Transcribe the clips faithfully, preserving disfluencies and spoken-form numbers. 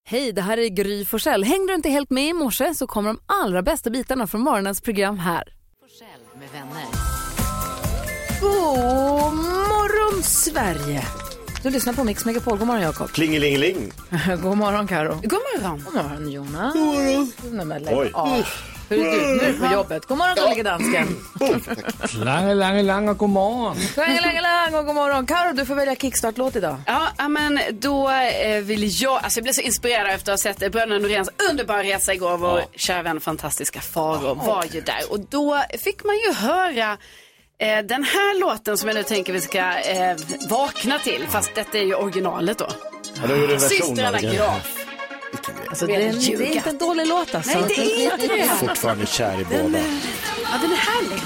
Hej, det här är Gry Forssell. Hängde du inte helt med i morse så kommer de allra bästa bitarna från morgonens program här. Forssell med vänner. God morgon, Sverige. Du lyssnar på Mix Megapol. God morgon, Jakob. Klingelingeling. God morgon, Karo. God morgon. God morgon, Jonas. God morgon. Oj. Ja. Hur är du? Nu är du på jobbet. God morgon, kollega dansken. Lange, lange, lange, god morgon. Lange, lange, lange och god morgon. Karo, du får välja kickstart-låt idag. Ja, men då eh, vill jag... Alltså jag blev så inspirerad efter att ha sett Bröderna Noréns underbara resa igår. Vår ja. kära vän, fantastiska Faro var ju där. Och då fick man ju höra... Eh, den här låten som jag nu tänker vi ska eh, vakna till. Fast detta är ju originalet då. Ja, det är Systrarna Graf. Alltså, det, är, det är inte en dålig låt alltså. Nej, det är inte det. Fortfarande kär i båda. Den är, ja, den är härlig.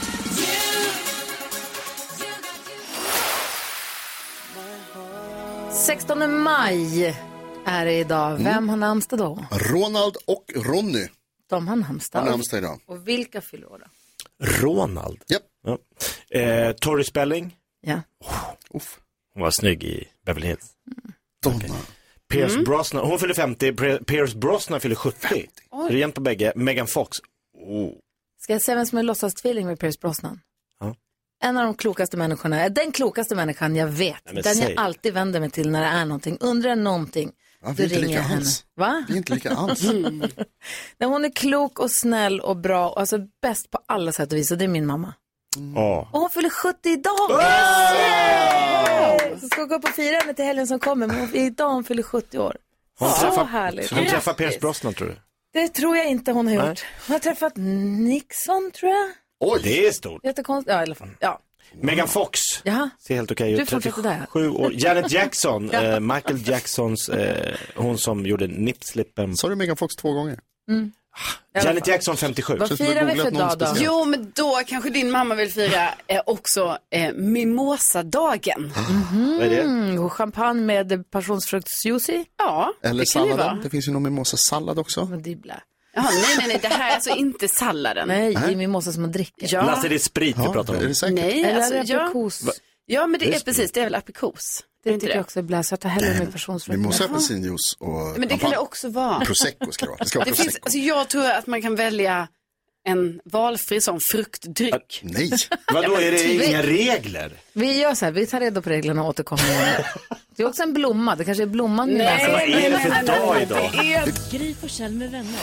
sextonde maj är det idag. Vem mm. har namnsdag då? Ronald och Ronny. De har namnsdag. Har namnsdag idag. Och vilka fyller år då? Ronald? Yep. Ja. Eh, Tori Spelling? Ja. Oh. Hon var snygg i Beverly Hills. Mm. Okay. Pierce mm. Brosnan, hon fyller femtio, Pierce Brosnan fyller sjuttio. femtio. Det är jämnt på bägge. Megan Fox. Oh. Ska jag säga vem som är låtsastvilling med Pierce Brosnan? Ja. En av de klokaste människorna, den klokaste människan jag vet. Nej, den säg. Jag alltid vänder mig till när det är någonting. Undrar någonting. Ja, vi är inte lika henne. Alls. Va? Vi är inte lika alls. Mm. Nej, hon är klok och snäll och bra. Alltså bäst på alla sätt och vis. Och det är min mamma. Mm. Oh. Och hon fyller sjuttio idag. Oh! Så ska gå upp och fira henne till helgen som kommer. Men idag hon fyller sjuttio år. Hon så träffar, härligt. Hon träffar Pierce Brosnan, tror du? Det tror jag inte hon har gjort. Nej. Hon har träffat Nixon, tror jag. Oj, det är stort. Jättekonstigt. Ja, i alla fall. Ja. Megan Fox. Jaha. Ser helt okej ut. Du fortsätter där. trettiosju år. Janet Jackson. ja. eh, Michael Jacksons, eh, hon som gjorde nipslippen. Sa du Megan Fox två gånger? Mm. Janet Jackson femtiosju. Vad firar vi för dag då? Jo, men då kanske din mamma vill fira eh, också eh, Mimosa-dagen. Mm-hmm. Vad är det? Mm, champagne med passionsfruktsjuice i. Ja, eller det salladen. Kan det, det finns ju någon mimosa-sallad också. Men det blir... Jaha, nej, nej, nej, det här är alltså inte salladen. Nej, det är mimosa som man dricker. Ja. Lasse, det är sprit ja, du pratar om. Är det säkert? Nej, eller alltså, är det aprikos? Ja, ja, men det, det är, är precis, det är väl aprikos. Det, det tycker jag också är bläs. Jag tar hellre med passionsfrukt. Mimosa, apelsinjuice och men det kan det också vara. Prosecco ska det vara. Det ska vara det prosecco. Finns, alltså, jag tror att man kan välja en valfri sån fruktdryck. Nej. Vadå, är det inga regler? Vi gör så här, vi tar reda på reglerna och återkommer igen. Det är också en blomma, det kanske är blomman. Nej, alltså, vad är det för dag idag? Det är Gry Forssell med vänner.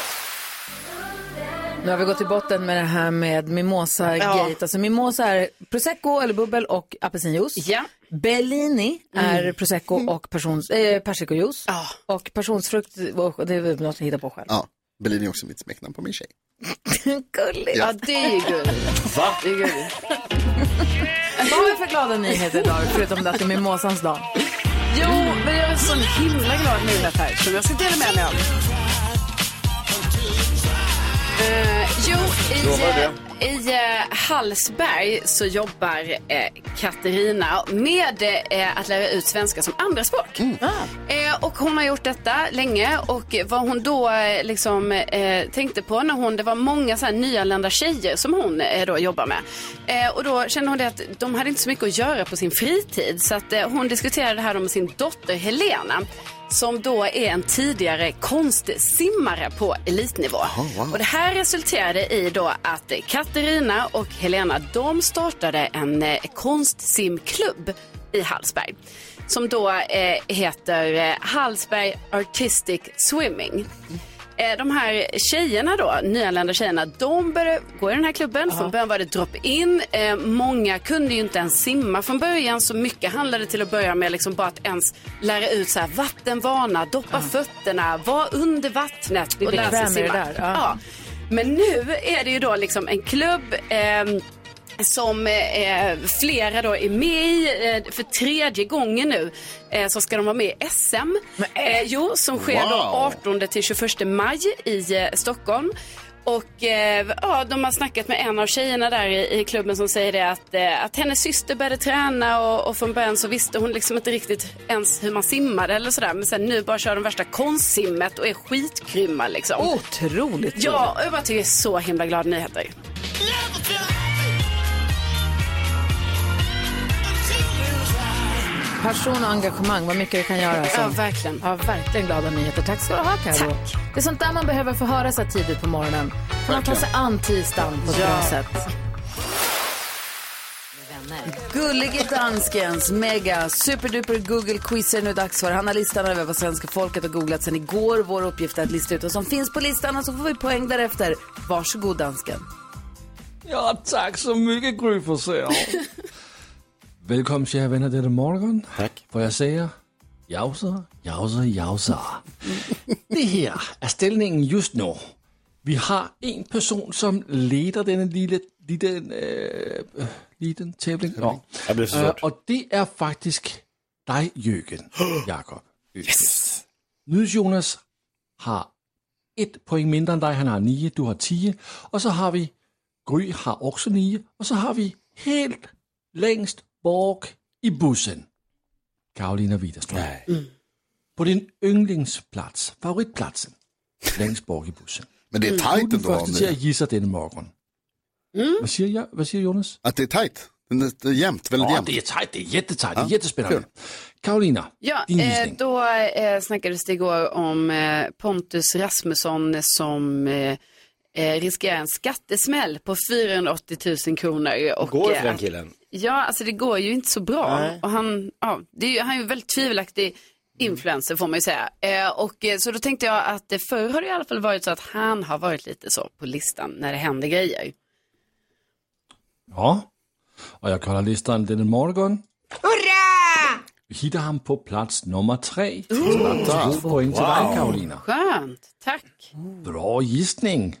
Nu har vi gått till botten med det här med Mimosa-gate. Ja. Alltså Mimosa är prosecco eller bubbel och apelsinjuice. Ja. Bellini är mm. prosecco och persons, äh, persikojuice. Ja. Och passionsfrukt, det är något jag hittar på själv. Ja, Bellini är också mitt smeknamn på min tjej. Gulligt. Ja, det är ju gulligt. Va? Det är gulligt. Vad har vi för glada nyheter idag, förutom att det är Mimosans dag? Jo, men jag är så himla glad nyhet här som jag ska dela med mig av. Uh, jo, i, i uh, Hallsberg så jobbar uh, Katarina med uh, att lära ut svenska som andraspråk. Mm. Uh, och hon har gjort detta länge och vad hon då uh, liksom uh, tänkte på när hon, det var många så här nyanlända tjejer som hon uh, då jobbar med. Uh, och då kände hon det att de hade inte så mycket att göra på sin fritid så att uh, hon diskuterade det här med sin dotter Helena. Som då är en tidigare konstsimmare på elitnivå. Oh, wow. Och det här resulterade i då att Katarina och Helena, de startade en eh, konstsimklubb i Hallsberg. Som då eh, heter eh, Hallsberg Artistic Swimming. Eh, de här tjejerna då, nyanlända tjejerna, de började gå i den här klubben. Uh-huh. Från början var det drop-in. Eh, många kunde ju inte ens simma från början. Så mycket handlade till att börja med liksom bara att ens lära ut så här, vattenvana, doppa uh-huh. fötterna, vara under vattnet och lära sig simma. Där, uh-huh. Ja. Men nu är det ju då liksom en klubb... Eh, som eh, flera då är med i eh, för tredje gången nu eh, så ska de vara med i S M eh, jo, som sker wow. då artonde till tjugoförsta maj i eh, Stockholm. Och eh, ja, de har snackat med en av tjejerna där i, i klubben som säger det att, eh, att hennes syster började träna och, och från början så visste hon liksom inte riktigt ens hur man simmade eller sådär. Men sen nu bara kör de värsta konstsimmet och är skitgrymma liksom. Otroligt. Ja, jag bara tycker det är så himla glada nyheter. Passion och engagemang, vad mycket det kan göra. Ja, verkligen. Ja, verkligen glada nyheter. Tack ska du ha, Karo. Tack. Det är sånt där man behöver få höra så tidigt på morgonen. Kan man ta sig an tisdagen på ett Ja. bra sätt. Gullige danskens mega superduper Google-quiz är nu dags för. Han har listan över vad svenska folket har googlat sedan igår. Vår uppgift är att lista ut vad som finns på listan och så får vi poäng därefter. Varsågod, dansken. Ja, tack så mycket, Gry Forssell. Välkommen, kära vänner, denna morgon. Tack. Får jag säga jausa, jausa, jausa. Det här är ställningen just nu. Vi har en person som leder denna lilla, liten, äh, liten tävling. Ja. Jag blir så Uh, svårt. och det är faktiskt dig, Jürgen, Jakob. Yes. Nyds Jonas har ett poäng mindre än dig. Han har nio, du har tio. Och så har vi Gry har också nio. Och så har vi helt längst bak i bussen Karolina Widerström. Nej. På din yndlingsplats, favoritplatsen, längst bak i bussen. Men det är tajt Du är ändå. den första till att gissa denna morgon. Mm. Vad, säger jag, vad säger Jonas? Att det är tajt. Det är jämnt, väldigt Ja, jämnt. det är tajt, det är jättetajt, det är Ja, jättespännande. kul. Karolina, Ja, din eh, gissning. då eh, snackades det igår om eh, Pontus Rasmusson som eh, eh, riskerar en skattesmäll på fyrahundraåttio tusen kronor. Och, Går det för eh, den killen? Ja, alltså det går ju inte så bra. Nej. Och han, ja, det är ju, han är ju väldigt tvivelaktig influencer får man ju säga. Eh, och eh, så då tänkte jag att det förr har det i alla fall varit så att han har varit lite så på listan när det händer grejer. Ja, och jag kollar listan denna morgon. Hurra! Vi hittar han på plats nummer tre. Uh, Två poäng till dig, Karolina. Skönt, tack. Bra gissning.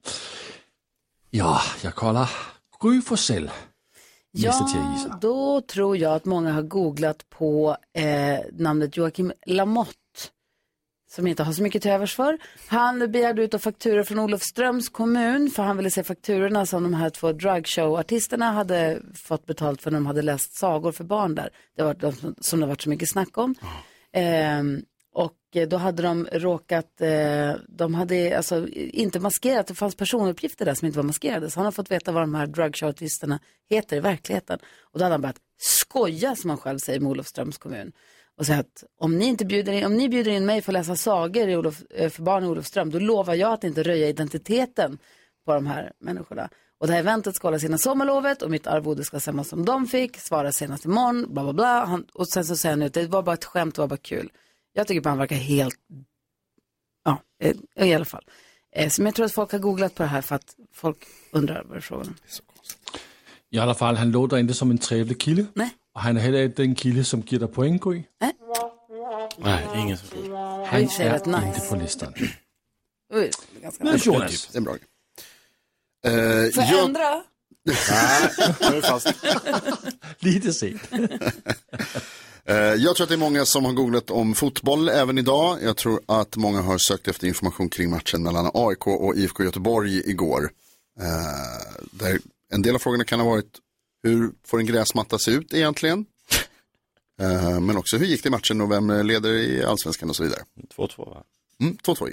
Ja, jag kollar Gry Forssell. Nästa till att gissa. Ja, då tror jag att många har googlat på eh, namnet Joakim Lamotte. Som inte har så mycket till övers för. Han begärde ut fakturor från Olofströms kommun. För han ville se fakturorna som de här två dragshow-artisterna hade fått betalt för när de hade läst sagor för barn där. Det var de som det varit så mycket snack om. Mm. Eh, och då hade de råkat, eh, de hade alltså inte maskerat, det fanns personuppgifter där som inte var maskerade. Så han har fått veta vad de här dragshow-artisterna heter i verkligheten. Och då hade han börjat skoja, som han själv säger, med Olofströms kommun. Och säga att om ni inte bjuder in, om ni bjuder in mig för att läsa sagor i Olof, för barn i Olofström, då lovar jag att inte röja identiteten på de här människorna. Och det här eventet ska hålla sina sommarlovet och mitt arvode ska samma som de fick, svara senast imorgon, bla bla bla. Han, och sen så säger han ut, det var bara ett skämt, det var bara kul. Jag tycker bara han verkar helt, ja, i alla fall. Så jag tror att folk har googlat på det här för att folk undrar vad det är frågan om. I alla fall, han låter inte som en trevlig kille. Nej. Och han är heller inte den kille som ger dig poäng, Gry. Nej. Nej, det är ingen som tror. Han ser är rätt nice. inte på listan. Oj, det är ganska Men Jonas, Det är en bra grej. Eh, Får jag jag, ändra? Nej, nu är det fast. lite sent. eh, jag tror att det är många som har googlat om fotboll även idag. Jag tror att många har sökt efter information kring matchen mellan A I K och I F K Göteborg igår. Eh, där en del av frågorna kan ha varit: hur får en gräsmatta se ut egentligen? Uh, men också hur gick det i matchen och vem leder i allsvenskan och så vidare. två två va? Mm, två två.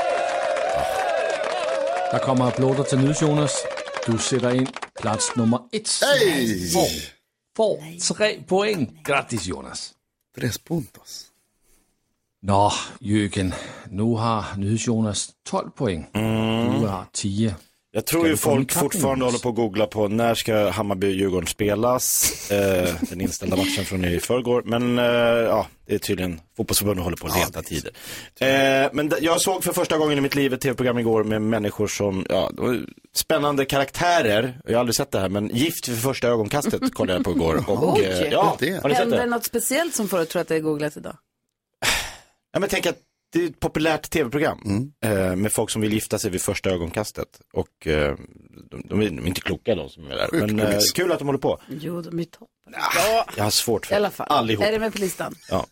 Der kommer applåder til Nyds, Jonas. Du sætter ind plads nummer et. Hey! Får, får tre point. Grattis, Jonas. Tres puntos. Nå, Jürgen, nu har Nyds Jonas tolv point. Mm. Du har tio. Jag tror Ska ju du få folk en katt, fortfarande Jonas? håller på att googla på när ska Hammarby-Djurgården spelas. Eh, den inställda matchen från i förrgår. Men eh, ja, det är tydligen fotbollsförbundet håller på att leta Ja, tider. Eh, men d- jag såg för första gången i mitt liv ett tv-program igår med människor som, ja, det var spännande karaktärer. Jag har aldrig sett det här, men Gift för första ögonkastet kollade jag på igår. Och, eh, Oj. ja, Det. har ni sett Händer det det? något speciellt som får att tro att det är googlat idag? Ja, men tänk att det är ett populärt tv-program Mm. eh, med folk som vill gifta sig vid första ögonkastet. Och eh, de, de, är, de är inte kloka de som är där. Sjukt Men eh, precis. kul att de håller på. Jo, de är toppen. Ja, jag har svårt för I alla fall. allihop. Är det med på listan? Ja.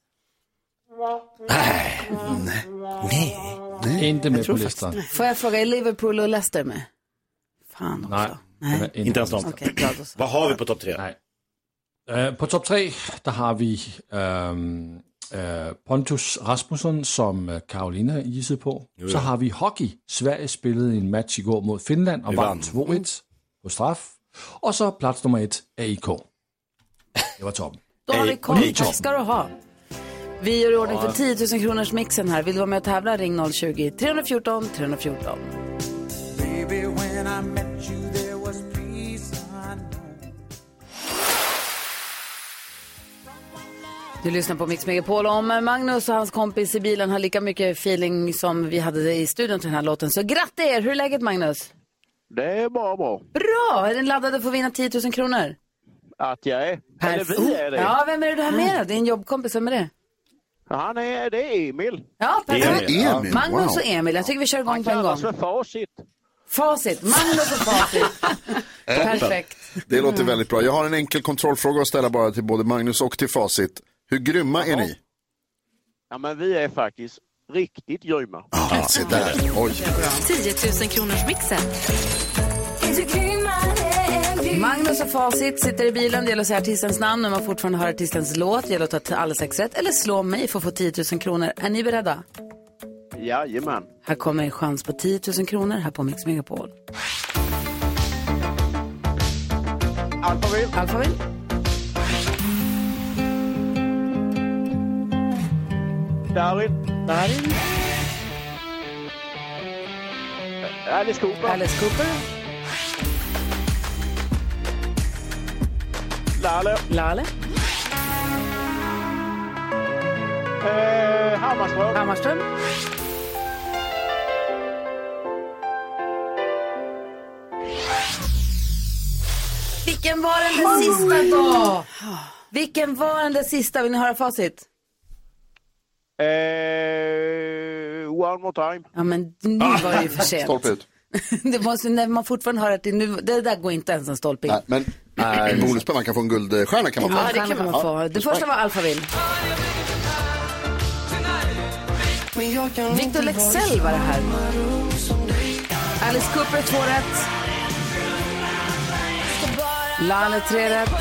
Nej. Nej. Inte med på listan. Får jag fråga, är Liverpool och Leicester med? Fan också. Nej, Nej. den är Inte ens de. Okej, bra då så. Vad har vi på topp tre? Nej. Uh, på top tre, der har vi um, uh, Pontus Rasmusson, som uh, Karolina gissede på. Jo, Så ja. har vi hockey. Sverige spillede en match igår mod Finland og Vi vandt vandt. två ett på straff. Og så plads nummer et, A I K. Det var toppen. Då har Ej, vi koll. ej, Tack ska du ha. Vi gör i ordning för tio tusen kronors mixen här. Vill du vara med och tävla? Ring noll tjugo, tre fjorton, tre fjorton. Baby, when I met you there was peace unknown. Du lyssnar på Mix Megapol. Om Magnus och hans kompis i bilen har lika mycket feeling som vi hade i studion till den här låten. Så grattis er! Hur är läget, Magnus? Det är bara bra. Bra! Är den laddad att få vinna tio tusen kronor? Att jag är. Eller vi är det. Ja, vem är det du har med dig? Det är en jobbkompis, vem är det? Han är, det är Emil. Ja, perfekt. Emil. Emil. Magnus Wow. och Emil. Jag tycker vi kör igång Han på en gång. kallas för Facit. Facit. Magnus och Facit. Perfekt. Det låter väldigt bra. Jag har en enkel kontrollfråga att ställa bara till både Magnus och till Facit. Hur grymma är ni? Ja, men vi är faktiskt riktigt grymma. Ja, se där. Oj. tio tusen kronors mixen. Magnus och Facit sitter i bilen. Det gäller att säga artistens namn när man fortfarande har artistens låt. Det gäller att ta alla sex rätt. Eller slå mig för att få tio tusen kronor. Är ni beredda? Jajamän. Här kommer en chans på tio tusen kronor här på Mix Megapol. Alphaville. Alphaville. Darin. Darin. Alice Cooper. Alice Cooper. Lale. Lale. Eh, Hammarström. Hammarström. Vilken var den där sista då? Vilken var den där sista? Vill ni höra facit? Eh, one more time. Ja, men nu var det ju för sent. Stolpe ut. Det måste, när man fortfarande hör att det, nu, det där går inte ens en stolpe in. Nej, men nej, bonusspel, man kan få en guldstjärna kan man få. Ja, det kan man få. Det första var Alphaville. Victor Lexell var det här. Alice Cooper, två rätt. Lale, tre rätt.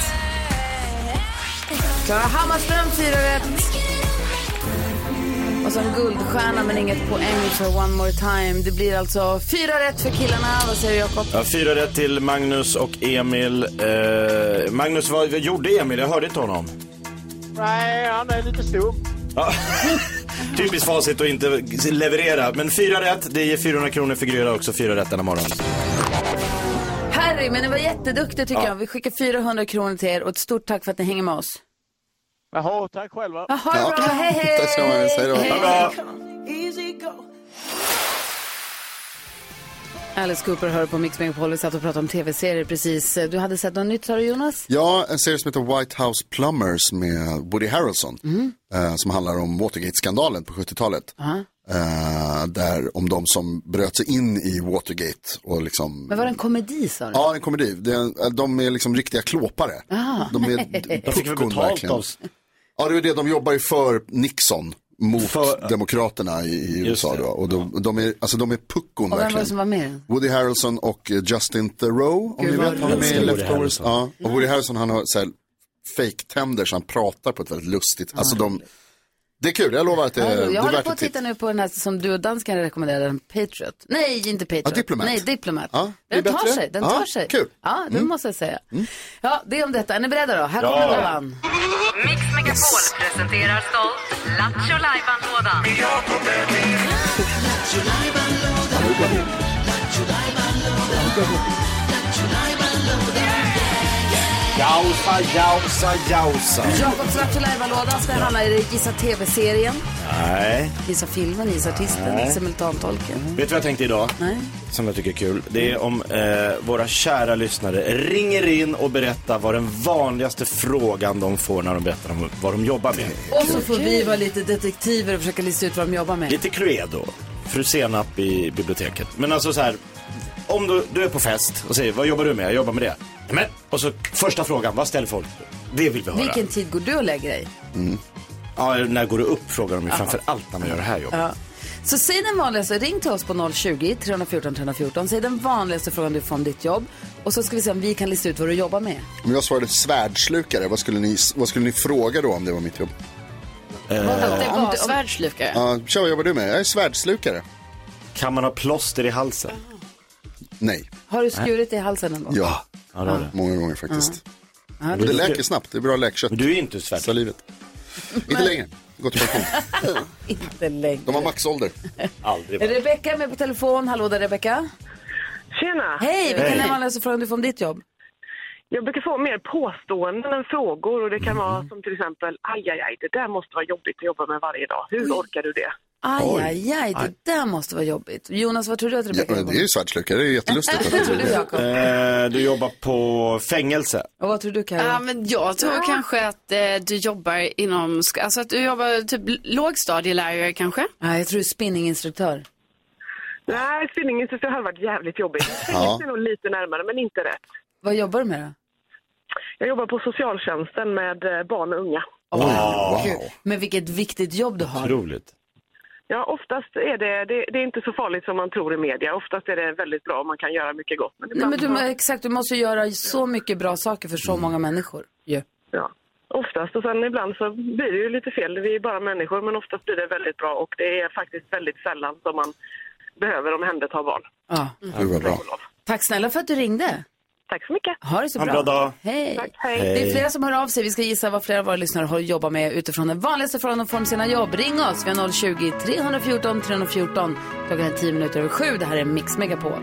Klara Hammarström, fyra rätt. Och så en guldstjärna men inget poäng för One More Time. Det blir alltså fyra rätt för killarna. Vad säger du, Jakob? Ja, fyra rätt till Magnus och Emil. Eh, Magnus, vad, vad gjorde Emil? Jag hörde inte honom. Nej, han är lite stor. Ja. Typiskt Facit att inte leverera. Men fyra rätt, det ger fyrahundra kronor för Gryra också. Fyra rätt denna morgon. Harry, men ni var jätteduktiga tycker Ja. jag. Vi skickar fyrahundra kronor till er och ett stort tack för att ni hänger med oss. Jaha, tack själva. Jaha, ja. Bra, hej hej! Tack så mycket, säg då. Hej. Bra. Alice Cooper hör på Mix Megapol. Vi satt och pratade om tv-serier precis. Du hade sett något nytt, sa du, Jonas? Ja, en serie som heter White House Plumbers med Woody Harrelson. Mm. Eh, som handlar om Watergate-skandalen på sjuttiotalet. Uh-huh. Eh, där om de som bröt sig in i Watergate och liksom... Men var det en komedi, sa du? Ja, en komedi. Det är, de är liksom riktiga klåpare. Ah. De är De fick väl puckon, betalt verkligen. av... Ja, det är det. De jobbar ju för Nixon mot För- demokraterna i, i U S A det. då. Och de, de är, alltså de är puckon Och vem var det verkligen. som var med? Woody Harrelson och eh, Justin Theroux, om Gud, ni vad vet. Han är med i älskar Woody Leftovers. Harrelson. Ja, och Woody Harrelson, han har så här fake-tänder så han pratar på ett väldigt lustigt. Alltså de, det är kul, jag lovar att det, Ja, det jag är håller värt på ett att titta titt. nu på den här som du och danskan rekommenderade, Patriot. Nej, inte Patriot. Ja, Diplomat. Nej, Diplomat. Ja, det är den tar bättre. sig, den Ja, tar sig. kul. Ja, det Mm. måste jag säga. Ja, det är om detta. Är ni beredda då? Här Ja. kommer Lavan. Mix Megapol presenterar stolt Lattjo Lajban-lådan. Jausa, jausa, jausa. Jakobs Lattjo Lajban-lådan ska handla i Gissa tv-serien. Nej. Gissa filmen, gissa artisten, Nej. simultantolken. Vet du vad jag tänkte idag? Nej. Som jag tycker är kul. Det är om eh, våra kära lyssnare ringer in och berättar vad den vanligaste frågan de får när de berättar om vad de jobbar med. Och så får vi vara lite detektiver och försöka lista ut vad de jobbar med. Lite Cluedo. Fru Senap i biblioteket. Men alltså så här, om du, du är på fest och säger, vad jobbar du med? Jag jobbar med det. Men, och så första frågan, vad ställer folk? Det vill vi höra. Vilken tid går du och lägger dig? Ja, när går du upp frågar de ju framför allt när man gör det här jobbet. Ja. Så säg den vanligaste, ring till oss på noll tjugo, tre fjorton, tre fjorton. Säg den vanligaste frågan du får om ditt jobb. Och så ska vi se om vi kan lista ut vad du jobbar med. Om jag svarade svärdslukare, vad skulle ni, vad skulle ni fråga då om det var mitt jobb? Det Om var du- svärdslukare. Ja, tja, vad jobbar du med? Jag är svärdslukare. Kan man ha plåster i halsen? Nej. Har du skurit i halsen någon gång? Ja, Ja, det var det. många gånger faktiskt. Ja, det läker snabbt, det är bra läkkött. Men du är inte svärd. Salivet. Inte längre. Gå till pension. Inte längre. De har maxålder. Aldrig. Rebecka är med på telefon. Hallå där, Rebecka. Tjena. Hej, vilken är den vanligaste frågan du får om ditt jobb? Jag brukar få mer påståenden än frågor och det kan vara som till exempel aj, aj, aj, det där måste vara jobbigt att jobba med varje dag. Hur orkar du det? Aj, aj, aj, det där måste vara jobbigt. Jonas, vad tror du att Rebecka Ja, jobbar? det är ju svärdsluckare, det är jättelustigt. Vad tror du, Jakob? Eh, du jobbar på fängelse. Och vad tror du, Karin? Ja, men jag tror kanske att eh, du jobbar inom, sk- alltså att du jobbar typ lågstadielärare kanske? Nej, jag tror spinninginstruktör. Nej, spinninginstruktör har varit jävligt jobbigt. Fängelse är nog lite närmare, men inte rätt. Vad jobbar du med då? Jag jobbar på socialtjänsten med eh, barn och unga. Oh, wow. Gud. Men vilket viktigt jobb du har. Otroligt. Ja, oftast är det, det, det är inte så farligt som man tror i media. Oftast är det väldigt bra och man kan göra mycket gott. Men, Nej, men du, exakt, du måste göra så mycket bra saker för så många människor. Yeah. Ja, oftast. Och sen ibland så blir det ju lite fel. Vi är bara människor, men oftast blir det väldigt bra. Och det är faktiskt väldigt sällan som man behöver omhänderta barn. Ja. Det var bra. Tack snälla för att du ringde. Tack så mycket. Ha det så Ha en bra. bra dag. Hej. Tack, hej. Det är flera som hör av sig. Vi ska gissa vad flera av våra lyssnare har jobbat med utifrån den vanligaste frågan om sina jobb. Ring oss. Vi har noll tjugo, tre fjorton, tre fjorton. Klockan är tio minuter över sju. Det här är Mix Megapol.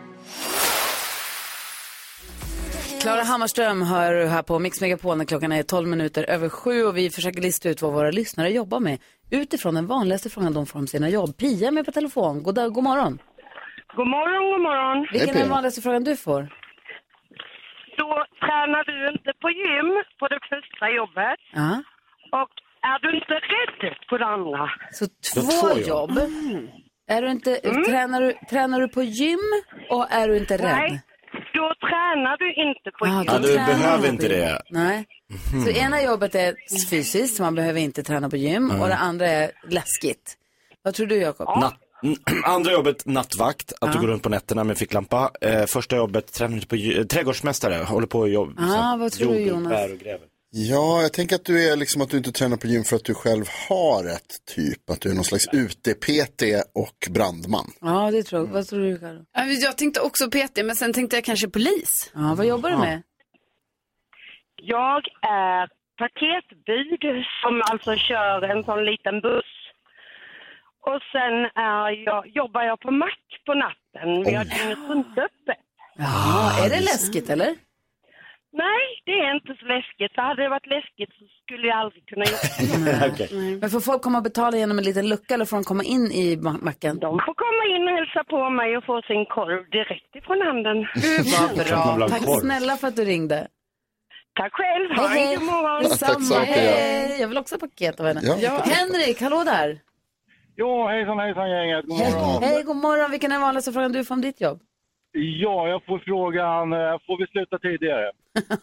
Klara Hammarström hör här på Mix Megapol när klockan är tolv minuter över sju. Och vi försöker lista ut vad våra lyssnare jobbar med utifrån den vanligaste frågan de får om sina jobb. Pia är med på telefon. God, dag, god morgon. God morgon, god morgon. Vilken är Pia. den vanligaste frågan du får? Då tränar du inte på gym på det första jobbet. Ja. Och är du inte rädd på det andra? Så Så två två jobb. Är du inte, tränar, du, tränar du på gym och är du inte rädd? Nej, då tränar du inte på Ah, gym. då Ja, du tränar behöver på inte gym. det. Nej. Så ena jobbet är fysiskt, så man behöver inte träna på gym. Och det andra är läskigt. Vad tror du, Jakob? Natt, andra jobbet, nattvakt, att du går runt på nätterna med ficklampa. Eh, första jobbet, tränar på eh, trädgårdsmästare, håller på och jobb. Ah, vad tror du, Jonas? Bär och gräver. Ja, jag tänker att du är liksom att du inte tränar på gym för att du själv har ett typ. Att du är någon slags ute-P T och brandman. Ja, det tror jag. Vad tror du, Karo? Ja, Jag tänkte också P T, men sen tänkte jag kanske polis. Ja, vad jobbar du med? Jag är paketbud som alltså kör en sån liten buss. Och sen är jag, jobbar jag på mack på natten. Vi har dygnet runt öppet. Ja, är det läskigt eller? Nej, det är inte så läskigt. Så hade det varit läskigt så skulle jag aldrig kunna göra det. Okay. Men får folk komma och betala genom en liten lucka eller får de komma in i ma- macken? De får komma in och hälsa på mig och få sin korv direkt ifrån handen. Gud vad man vill bra. ha Tack korv. snälla för att du ringde. Tack själv. Ha Hej, en god morgon. Tack så Detsamma. mycket, ja. Hej. Jag vill också ha paket av henne. Ja. Henrik, hallå där. Ja, hejsan hejsan gänget. God Hej, morgon. hej, god morgon. Vilken är den vanligaste frågan du får om ditt jobb? Ja, jag får frågan, eh, får vi sluta tidigare?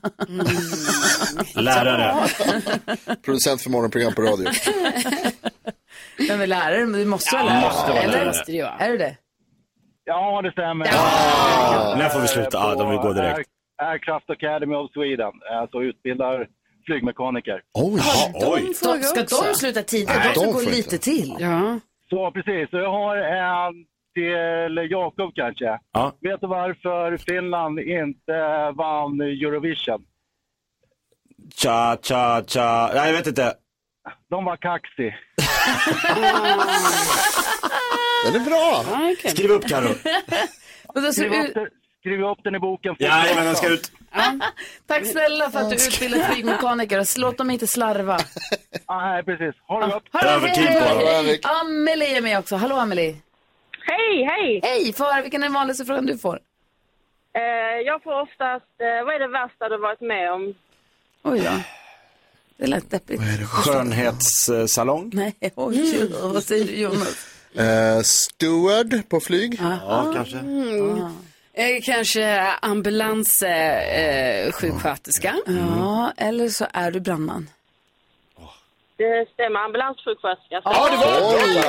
Lärare. Producent för morgonprogram på radio. Vem är lärare? Men du måste vara lärare. måste vara Eller? lärare. Måste det ju vara. Är du det? Ja, det stämmer. När får vi sluta? Ja, de vill gå direkt. Air, Aircraft Academy of Sweden, alltså utbildar flygmekaniker. Oj, Oj. De, ska de sluta tidigt? Nej, De ska de gå får lite inte. till. Ja. Så precis, så jag har en till Jakob kanske. Ja. Vet du varför Finland inte vann Eurovision? Cha, cha, cha. Nej, jag vet inte. De var kaxig. den är bra. Ja, okay. Skriv upp, Karo. Och då så Skriv du, upp, den- skriv upp den i boken. Ja, men den ska ut. tack snälla för att du utbildar flygmekaniker. Låt dem inte slarva. Ah, nej, precis. Ha det gott. Hörru, Övertid hej, på hej, dem. hej. Amelie är med också. Hallå Amelie. Hej, hej. Hej, få höra vilken är den vanligaste frågan du får? Eh, jag får oftast, eh, vad är det värsta du varit med om? Oj då. Det lät deppigt. Skönhetssalong. Nej, oj, vad säger du Jonas? Eh, steward på flyg. Ja, kanske. Eh, kanske ambulanssjuksköterska. Eh, sjuksköterska. Ja, eller så är du brandman. Det stämmer, ambulanssjuksköterska. Ja, det var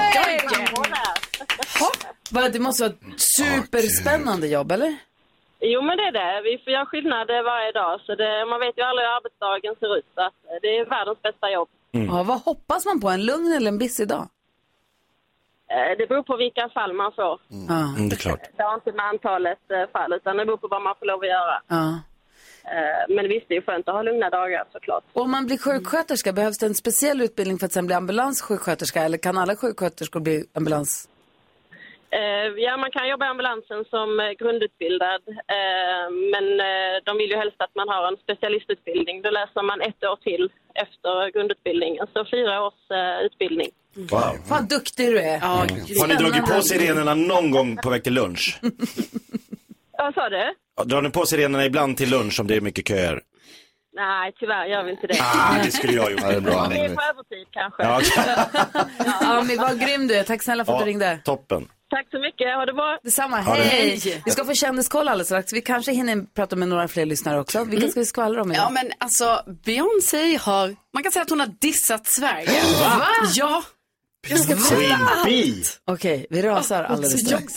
Va, det måste vara ett superspännande jobb, eller? Jo, men det är det. Vi får göra skillnader varje dag. Så det, man vet ju aldrig hur arbetsdagen ser ut. Så att det är världens bästa jobb. Ja, vad hoppas man på? En lugn eller en busy dag? Eh, det beror på vilka fall man får. Ja, Mm, det är klart. Det har inte med antalet eh, fall, utan det beror på vad man får lov att göra. ja. Men visst, det är ju skönt att ha lugna dagar såklart. Om man blir sjuksköterska, behövs det en speciell utbildning för att sen bli ambulanssjuksköterska? Eller kan alla sjuksköterskor bli ambulans? Ja, man kan jobba i ambulansen som grundutbildad. Men de vill ju helst att man har en specialistutbildning. Då läser man ett år till efter grundutbildningen. Så fyra års utbildning. Wow. Vad duktig du är. Ja, har ni dragit på sirenerna någon gång på väg till lunch? Vad sa du? Drar ni på sirenerna ibland till lunch om det är mycket köer? Nej, tyvärr gör vi inte det. Ah, det skulle jag gjort. Ja, det är bra. Det är på övertid kanske. Ja, ja, men vad grym du är. Tack snälla för att ja, du ringde. Toppen. Tack så mycket, ha det bra. Detsamma, hej. hej. Vi ska få kändiskoll alldeles strax. Vi kanske hinner prata med några fler lyssnare också. Vilka ska vi skvallra om idag? Ja, men alltså, Beyoncé har, man kan säga att hon har dissat Sverige. Va? Va? Ja. Jag ska berätta allt. Okej, okay, vi rasar alldeles strax.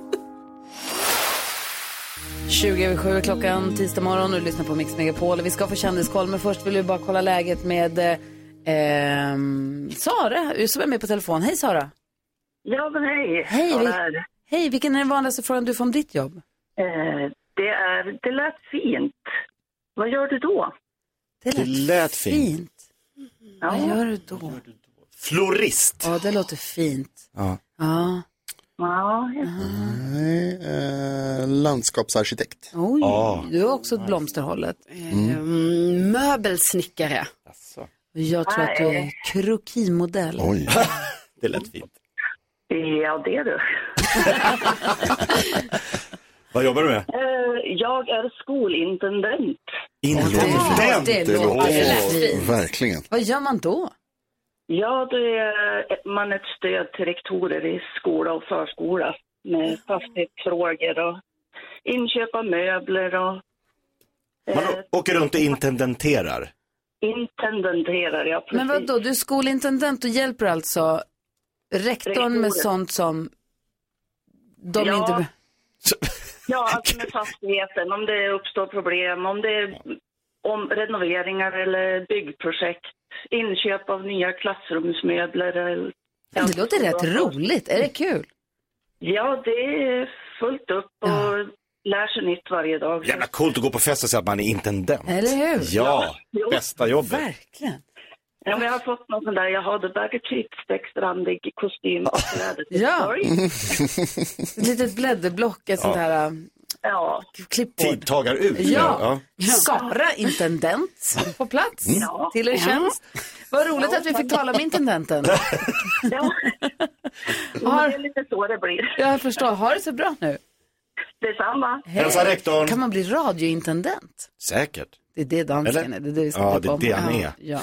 tjugo över sju klockan tisdag morgon och du lyssnar på Mix Megapol. Vi ska få kändiskoll, men först vill vi bara kolla läget med eh, Sara som är med på telefon. Hej Sara. Ja, men hej. Hej, vi, hej, vilken är den vanligaste frågan du får om ditt jobb? Eh, det är, det lät fint. Vad gör du då? Det lät, det lät fint. fint. Ja. Vad gör du då? Florist. Ja, det låter fint. Ja. Ja. Ja, ja. Nej, eh, landskapsarkitekt. Oj, ah. du är också ett blomsterhållet. Mm. Möbelsnickare. Alltså. Jag tror att du är krokimodell. Oj. Det lät fint. Ja, det är du. Vad jobbar du med? Jag är skolintendent. Intendent? Det, det låter fint. Verkligen. Vad gör man då? Ja, det är man ett stöd till rektorer i skola och förskola med fastighetsfrågor och inköp av möbler och... Man eh, åker runt och intendenterar? Intendenterar, ja, precis. Men vad då? Du är skolintendent och hjälper alltså rektorn rektorer. Med sånt som de ja. inte... Ja, alltså med fastigheten, om det uppstår problem, om det är om renoveringar eller byggprojekt. Inköp av nya klassrumsmöbler. Ja, det låter rätt roligt. Är det kul? Ja, det är fullt upp och ja. Lär sig nytt varje dag. Jävla coolt att gå på fest och säga att man är intendent. Eller hur? Ja, ja. Bästa jobbet. Verkligen. Ja, men jag har fått någon sån där, jag hade baggetrytstextrandig kostym och kläder. Ja. Ett litet blädderblock, ett ja. Sånt här... Ja. Klippbord. Tidtagar ut. Ja. ja. Sara, intendent på plats ja. Till er tjänst. Ja. Vad roligt ja. Att vi fick tala med intendenten. Ja. Har... Det är lite så det blir. Jag förstår. Har det så bra nu? Detsamma. Hälsa rektorn. Kan man bli radiointendent? Säkert. Det är det dansken är. Det är det vi ska ja, det är det han är. Ja.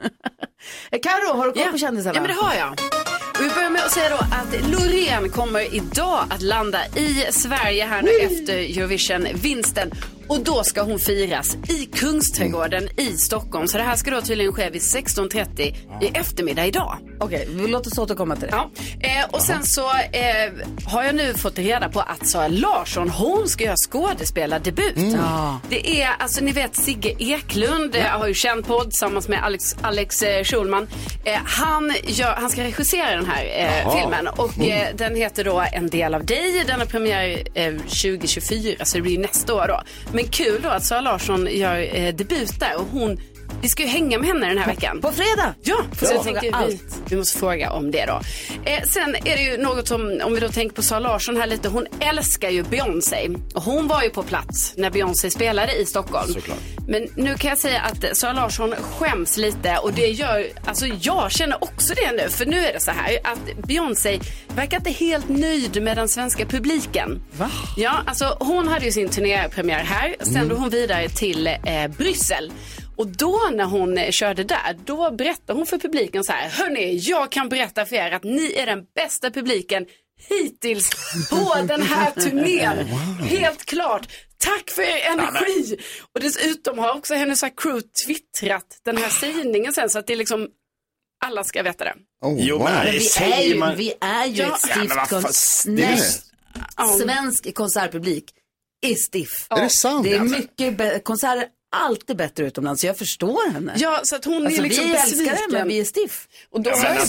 Karo, har du koll ja. på kändisarna? Ja, men det har jag. Och vi börjar med att säga då att Loreen kommer idag att landa i Sverige här nu efter Eurovision-vinsten. Och då ska hon firas i Kungsträdgården mm. i Stockholm. Så det här ska då tydligen ske vid sexton trettio i eftermiddag idag. Okej, okay, vi låter oss återkomma till det. Ja. Eh, och sen så eh, har jag nu fått reda på att Sara Larsson, hon ska göra skådespelardebut. Mm. Ja. Det är, alltså ni vet Sigge Eklund, ja. har ju känt podd tillsammans med Alex, Alex eh, Schulman. Eh, han, gör, han ska regissera den här eh, filmen. Och eh, den heter då En del av dig. Den har premiär eh, tjugo tjugofyra, så det blir nästa år då. Men kul då att Sara Larsson gör eh, debut där och hon, vi ska ju hänga med henne den här veckan. På fredag? Ja, så jag jag tänker vi, vi måste fråga om det då. Eh, sen är det ju något som, om vi då tänker på Sara Larsson här lite, hon älskar ju Beyoncé. Och hon var ju på plats när Beyoncé spelade i Stockholm. Såklart. Men nu kan jag säga att Sara Larsson skäms lite och det gör, alltså jag känner också det nu. För nu är det så här att Beyoncé verkar inte helt nöjd med den svenska publiken. Va? Ja, alltså hon hade ju sin turnépremiär här. Sen mm. drog hon vidare till eh, Bryssel. Och då när hon körde där, då berättade hon för publiken så här: hörni, jag kan berätta för er att ni är den bästa publiken hittills på den här turnén. Wow. Helt klart. Tack för er energi. Och dessutom har också hennes crew twittrat den här sägningen sen så att det är liksom alla ska veta det. Oh, wow. Jo, men vi, är ju, man... vi är ju ja. ett stift ja, kons... Nej. Svensk konsertpublik är stiff. Ja. Är det sant? Det är mycket be- konserter alltid bättre utomlands, så jag förstår henne. Ja, så att hon alltså, är liksom vi älskar det, men vi är stiff. Och då ja, men alltså,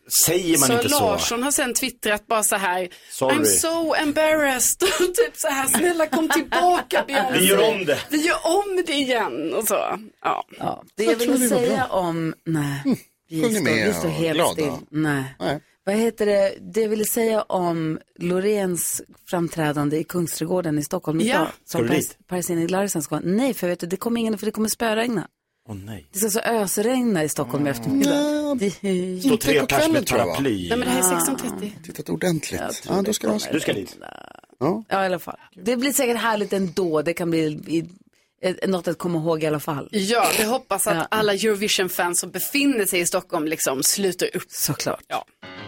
säger man så inte så. Så Larsson har sen twittrat bara så här. Sorry. I'm so embarrassed. typ så här, snälla kom tillbaka Beyoncé. Vi gör om det. Vi gör om det igen. Och så. Ja. Ja, det jag, jag ville säga om... Nej, mm. vi, står, vi står helt glada. Still. Nej. Nej. Vad heter det? Det jag ville säga om Loreens framträdande i Kungsträdgården i Stockholm ja. idag. Som Parisini Larsen ska. Nej, för vet du, det kommer ingen för det kommer spöregna. Åh oh, nej. Det ska så ösregna i Stockholm i mm. eftermiddag. Det står tre pers med paraply. Nej, men det här är sexton trettio. Tittat ordentligt. Ja, då ska du, du ska dit. Ja. ja, i alla fall. Det blir säkert härligt ändå. Det kan bli i, i, något att komma ihåg i alla fall. Ja, vi hoppas att ja. alla Eurovision-fans som befinner sig i Stockholm liksom sluter upp. Såklart. Ja.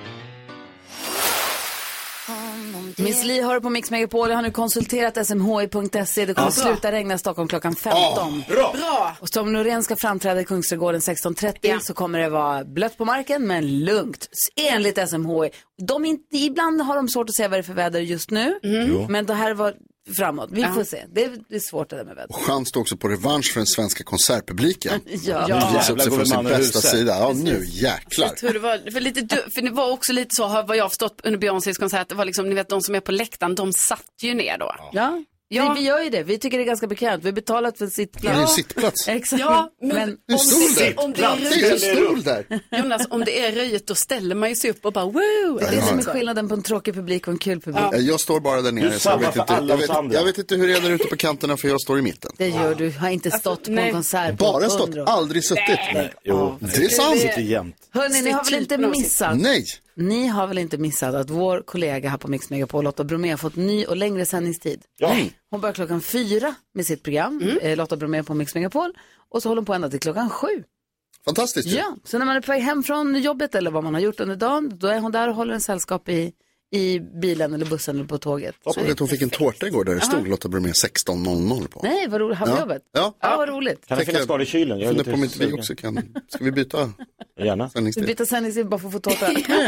Miss Li har på Mix Megapol. Jag har nu konsulterat S M H I punkt se. Det kommer ja, sluta regna i Stockholm klockan femton. Oh, bra. bra! Och som Loreen ska framträda i Kungsträdgården sexton trettio ja. så kommer det vara blött på marken men lugnt. Enligt S M H I. De inte, ibland har de svårt att säga vad det är för väder just nu. Mm. Men det här var framåt. Vi får ja. se. Det är, det är svårt det där med väder. Och chans då också på revansch för den svenska konsertpubliken. ja. ja. Visa upp sig från sin bästa sida. Ja, nu jäklar. Jag tror det var för lite för det var också lite så vad jag har förstått under Beyoncés konsert. Det var liksom, ni vet, de som är på läktaren, de satt ju ner då. Ja. Ja. Vi, vi gör ju det. Vi tycker det är ganska bekvämt. Vi har betalat för sittplats. Ja, det är en sittplats. Exakt. Ja, men, men om, det, om det är röjigt där. Jonas, om det är röjigt då ställer man ju sig upp och bara wow. Det är det som är skillnaden på en tråkig publik och en kul publik. Ja. Jag står bara där nere. Så jag, vet inte, jag, vet, jag vet inte hur det är där ute på kanterna för jag står i mitten. Det gör du. Har inte stått alltså, på en konsert. Bara stått. Hundra. Aldrig suttit. Nej. Nej. Jo. Det är sant. Hörrni, ni har väl inte missat? Nej. Ni har väl inte missat att vår kollega här på Mix Megapol, Lotta Bromé, har fått ny och längre sändningstid. Ja. Hon börjar klockan fyra med sitt program, mm. eh, Lotta Bromé på Mix Megapol, och så håller hon på ända till klockan sju. Fantastiskt. Ja, så när man är på väg hem från jobbet eller vad man har gjort under dagen, då är hon där och håller en sällskap i, i bilen eller bussen eller på tåget. Jag såg att hon fick en tårta igår där det stod Lotta Bromé sexton noll noll på. Nej, vad roligt. Här på ja. jobbet. Ja. ja, vad roligt. Kan det finnas kvar i kylen? Jag funderar på om inte vi också kan. Ska vi byta? Gärna. Vi byter sändningstid bara för att få tårta.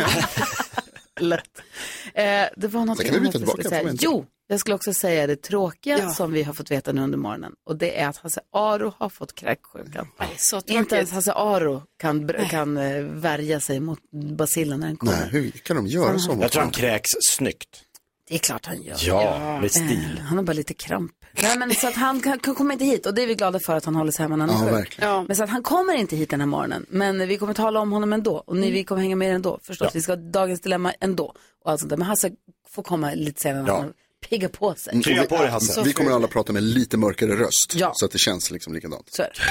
Lätt. Eh, det var något kan vi byta tillbaka. Säga. Jo, jag skulle också säga det tråkiga ja. som vi har fått veta nu under morgonen. Och det är att Hasse Aro har fått kräksjukan. Inte ens Hasse Aro kan, kan uh, värja sig mot bacillen när den kommer. Nej, hur kan de göra så? Jag tror han kräks snyggt. Det är klart han gör. Ja, med stil. Eh, han har bara lite kramp. Nej, men så att han kan, kan komma inte hit. Och det är vi glada för att han håller sig hemma när han är ja, sjuk. Ja. Men så att han kommer inte hit den här morgonen. Men vi kommer tala om honom ändå. Och ni, vi kommer hänga med er ändå. Förstås, ja. vi ska ha dagens dilemma ändå. Och allt sånt där. Men Hasse får komma lite senare när ja. han piggar på sig. Mm, vi, på det, Hasse. Vi kommer alla prata med lite mörkare röst. Ja. Så att det känns liksom likadant. Så är det.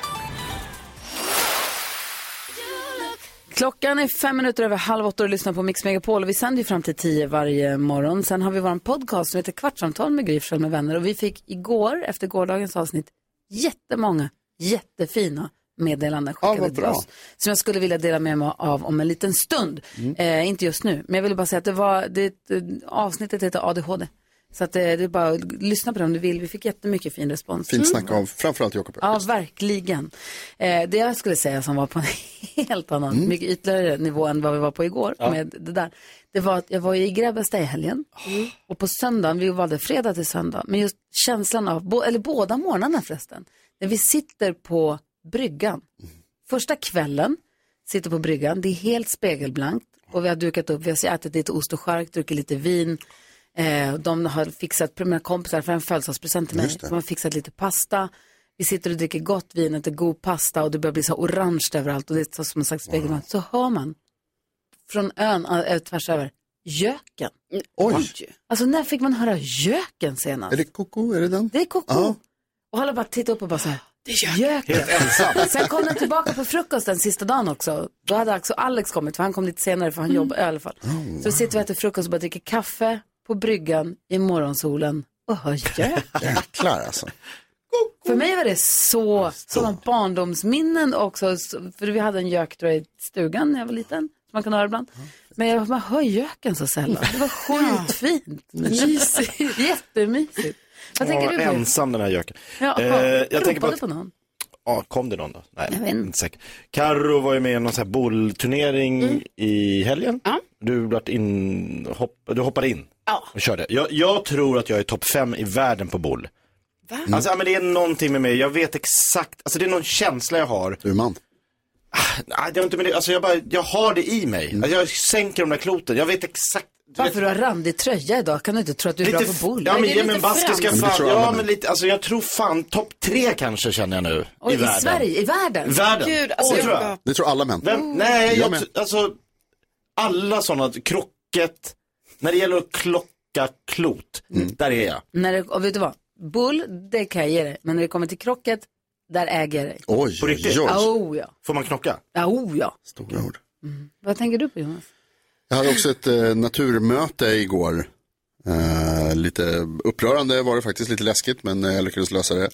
Klockan är fem minuter över halv åtta och lyssnar på Mix Megapol. Och vi sänder ju fram till tio varje morgon. Sen har vi vår podcast som heter Kvartsamtal med Gry Forssell med vänner. Och vi fick igår, efter gårdagens avsnitt, jättemånga, jättefina meddelanden skickade ja, till oss. Som jag skulle vilja dela med mig av om en liten stund. Mm. Eh, inte just nu, men jag ville bara säga att det var, det, avsnittet heter A D H D. Så att det, det är bara att lyssna på det om du vill. Vi fick jättemycket fin respons. Fint snack av framförallt Jakob. Ja, verkligen. Eh, det jag skulle säga som var på en helt annan, mm. mycket ytterligare nivå än vad vi var på igår ja. med det där. Det var att jag var i Grebbestad i helgen. Mm. Och på söndagen, vi valde fredag till söndag. Men just känslan av, bo, eller båda morgnarna förresten. När vi sitter på bryggan. Mm. Första kvällen sitter på bryggan. Det är helt spegelblankt. Och vi har dukat upp, vi har ätit lite ost och chark, druckit lite vin. Eh, de har fixat, mina kompisar för en födelsedagspresent till mig. De har fixat lite pasta. Vi sitter och dricker gott vin, äter god pasta. Och det börjar bli så orange överallt. Och det är som en slags spegelblankt. Så hör man från ön äh, tvärs över göken. Oj. Alltså när fick man höra göken senast? Är det koko? Är det den? Det är koko. Ja. Och alla bara tittar upp och bara så här. Det är göken. göken. Sen kom den tillbaka på frukost den sista dagen också. Då hade också Alex kommit, för han kom lite senare för han mm. jobbar i alla fall. Oh, så vi sitter och äter frukost och bara dricker kaffe på bryggan i morgonsolen och hör göken. Jäklar alltså. För mig var det så, sådana barndomsminnen också. För vi hade en gök tror jag, i stugan när jag var liten. Som man kan höra ibland. Men jag bara hör göken så sällan. Det var skitfint. Mysigt. Jättemysigt. Vad tänker ja, du på? Ensam den här göken. Ja, eh, jag tänker på, att, på någon. Ja, kom det någon då? Nej, jag vet inte säkert. Karo var ju med i någon sån här bollturnering mm. i helgen. Ja. Du, blivit in, hopp, du hoppade in ja. och körde. Jag, jag tror att jag är topp fem i världen på boll. Va? Alltså, ja, men det är någonting med mig. Jag vet exakt, alltså det är någon känsla jag har. Du är man. Nej, det har inte med det. Alltså jag, bara, jag har det i mig. Alltså jag sänker de där kloten. Jag vet exakt. Varför du har randig tröja idag? Kan du inte tro att du är lite bra på boll? Ja, men ge mig mig en baskiska fan. Ja, men lite, alltså jag tror fan topp tre kanske känner jag nu. Och i, i världen. Sverige, i världen? Världen. Gud, alltså, oh, jag tror jag. Det tror alla män. Vem? Nej, jag, jag alltså alla sådana, krocket, när det gäller att klocka klot, mm. där är jag. När det, och vet du vad? Bull, det kan jag ge dig. Men när det kommer till krocket, där äger jag dig. Oj, på riktigt? oj. Oh, ja. Får man knocka? Oh, ja. Stora ord. Mm. Vad tänker du på, Jonas? Jag hade också ett eh, naturmöte igår. Eh, lite upprörande var det faktiskt, lite läskigt, men eh, jag lyckades lösa det.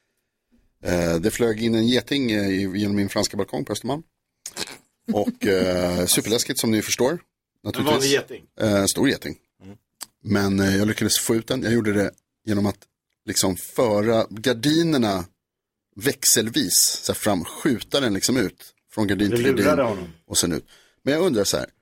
Eh, det flög in en geting eh, genom min franska balkong på Östermalm. Och eh, superläskigt som ni förstår. En vanlig geting? Eh, stor geting. Mm. Men eh, jag lyckades få ut den. Jag gjorde det genom att liksom föra gardinerna växelvis så här fram, skjuta den liksom ut från gardin till gardin och sen ut. Men jag undrar så här,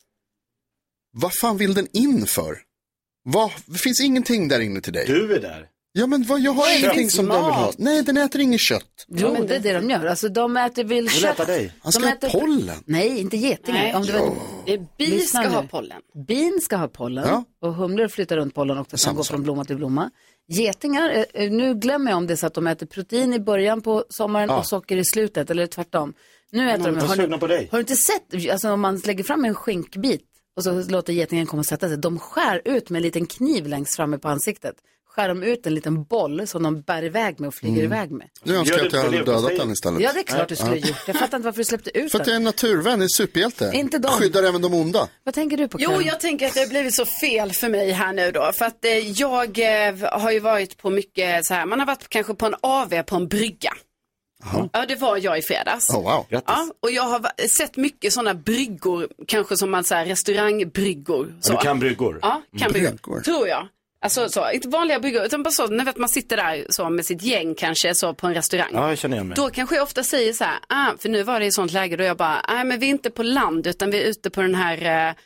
vad fan vill den in för? Vad, det finns ingenting där inne till dig. Du är där. Ja, men vad, jag har Nej, ingenting som mat. den vill ha. Nej, den äter ingen kött. Jo, men det är det de gör. Alltså, de äter väl kött. kött. Dig. Han ska de ha äter... pollen. Nej, inte getingar. Nej. Om du vet... Bin ska ha pollen. Bin ska ha pollen. Ja. Och humlor flyttar runt pollen också. Som går från blomma till blomma. Getingar, nu glömmer jag om det så att de äter protein i början på sommaren ja. och socker i slutet. Eller tvärtom. Nu äter de... Har, du, på dig. har du inte sett, alltså om man lägger fram en skinkbit och så låter getingen komma och sätta sig. De skär ut med en liten kniv längst framme på ansiktet. Skär de ut en liten boll som de bär iväg med och flyger mm. iväg med. Nu önskar jag att jag hade dödat den istället. Ja, det är klart du skulle ja. gjort. Jag fattar inte varför du släppte ut För att jag är en naturvän, en superhjälte. Inte de. Skyddar även de onda. Vad tänker du på, Jo, jag tänker att det har blivit så fel för mig här nu då. För att eh, jag eh, har ju varit på mycket så här, man har varit kanske på en A V på en brygga. Aha. Ja, det var jag i fredags. Oh, wow. Grattis. Ja, och jag har sett mycket sådana bryggor, kanske som man säger restaurangbryggor. Så. Ja, du kan bryggor? Ja, kan bryggor, bryggor. tror jag. Alltså så, inte vanliga bryggor, utan bara så, när vet man sitter där så med sitt gäng kanske så på en restaurang. Ja, jag känner igen mig. Då kanske jag ofta säger så här, ah, för nu var det i sånt läge då jag bara, nej men vi är inte på land utan vi är ute på den här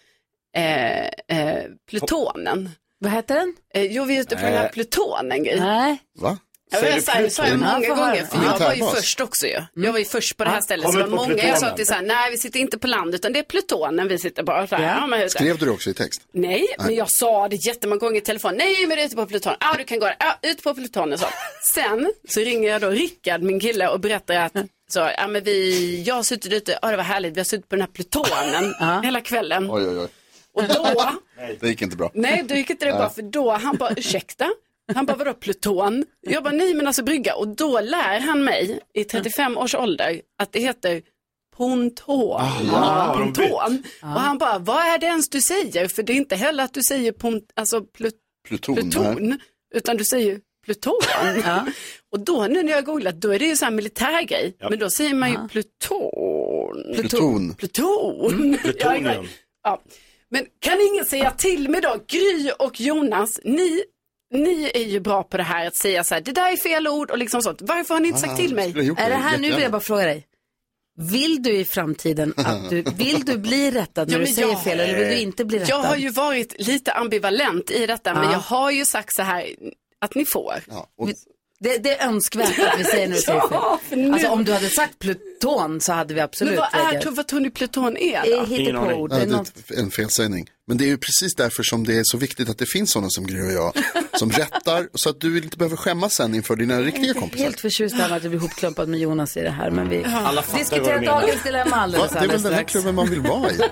eh, eh, plutonen. Vad heter den? Eh, jo, vi är ute på äh. den här plutonen. Grej. Nej. Va? Jag vill säga så här många ja, gånger, för jag var ju bas. först också ju. Jag var ju först på det här ja. stället. Så var många plutonen. Jag sa till så här, nej vi sitter inte på land utan det är plutonen vi sitter på. Så här, ja. Ja, men, skrev du det också i text? Nej, nej, men jag sa det jättemånga gånger i telefon. Nej, men det är ute på plutonen. Ja, du kan gå där. Ja, ut på plutonen. Så. Sen så ringer jag då Rickard, min kille, och berättar att så, ja, men vi, jag har suttit ute, ja det var härligt, vi har suttit på den här plutonen ja. hela kvällen. Oj, oj, oj. Och då... det gick inte bra. Nej, det gick inte det bra, för då han bara, ursäkta. Han bara, vadå pluton? Jag bara, nej men alltså brygga. Och då lär han mig i trettiofem års ålder att det heter ponton. Ah, ja, ponton. Ah. Och han bara, vad är det ens du säger? För det är inte heller att du säger pont, alltså plut, pluton, pluton utan du säger pluton. Ja. Och då nu när jag googlat, då är det ju så här militärgrej. Ja. Men då säger man ju ja. pluton. Pluton. Pluton. Mm. Plutonium. Ja. Men kan ingen säga till mig då, Gry och Jonas, ni... Ni är ju bra på det här att säga så här, det där är fel ord och liksom sånt. Varför har ni inte sagt till mig? Är det här, nu vill jag bara fråga dig. Vill du i framtiden att du, vill du bli rättad när ja, du säger jag, fel eller vill du inte bli rättad? Jag har ju varit lite ambivalent i detta, ja. men jag har ju sagt så här att ni får. Ja, och... det, det är önskvärt att vi säger när du säger fel. Ja, nu... Alltså om du hade sagt pluton så hade vi absolut. Men vad är, vad tror ni pluton är då? Det är på ja, något... en felsägning. Men det är ju precis därför som det är så viktigt att det finns sådana som Gry och jag som rättar så att du inte behöver skämmas sen inför dina riktiga kompisar. Helt förtjust av att jag blir ihopklumpad med Jonas i det här, men vi alla diskuterar dagens dilemma alldeles. Det är väl den här klubben man vill vara i.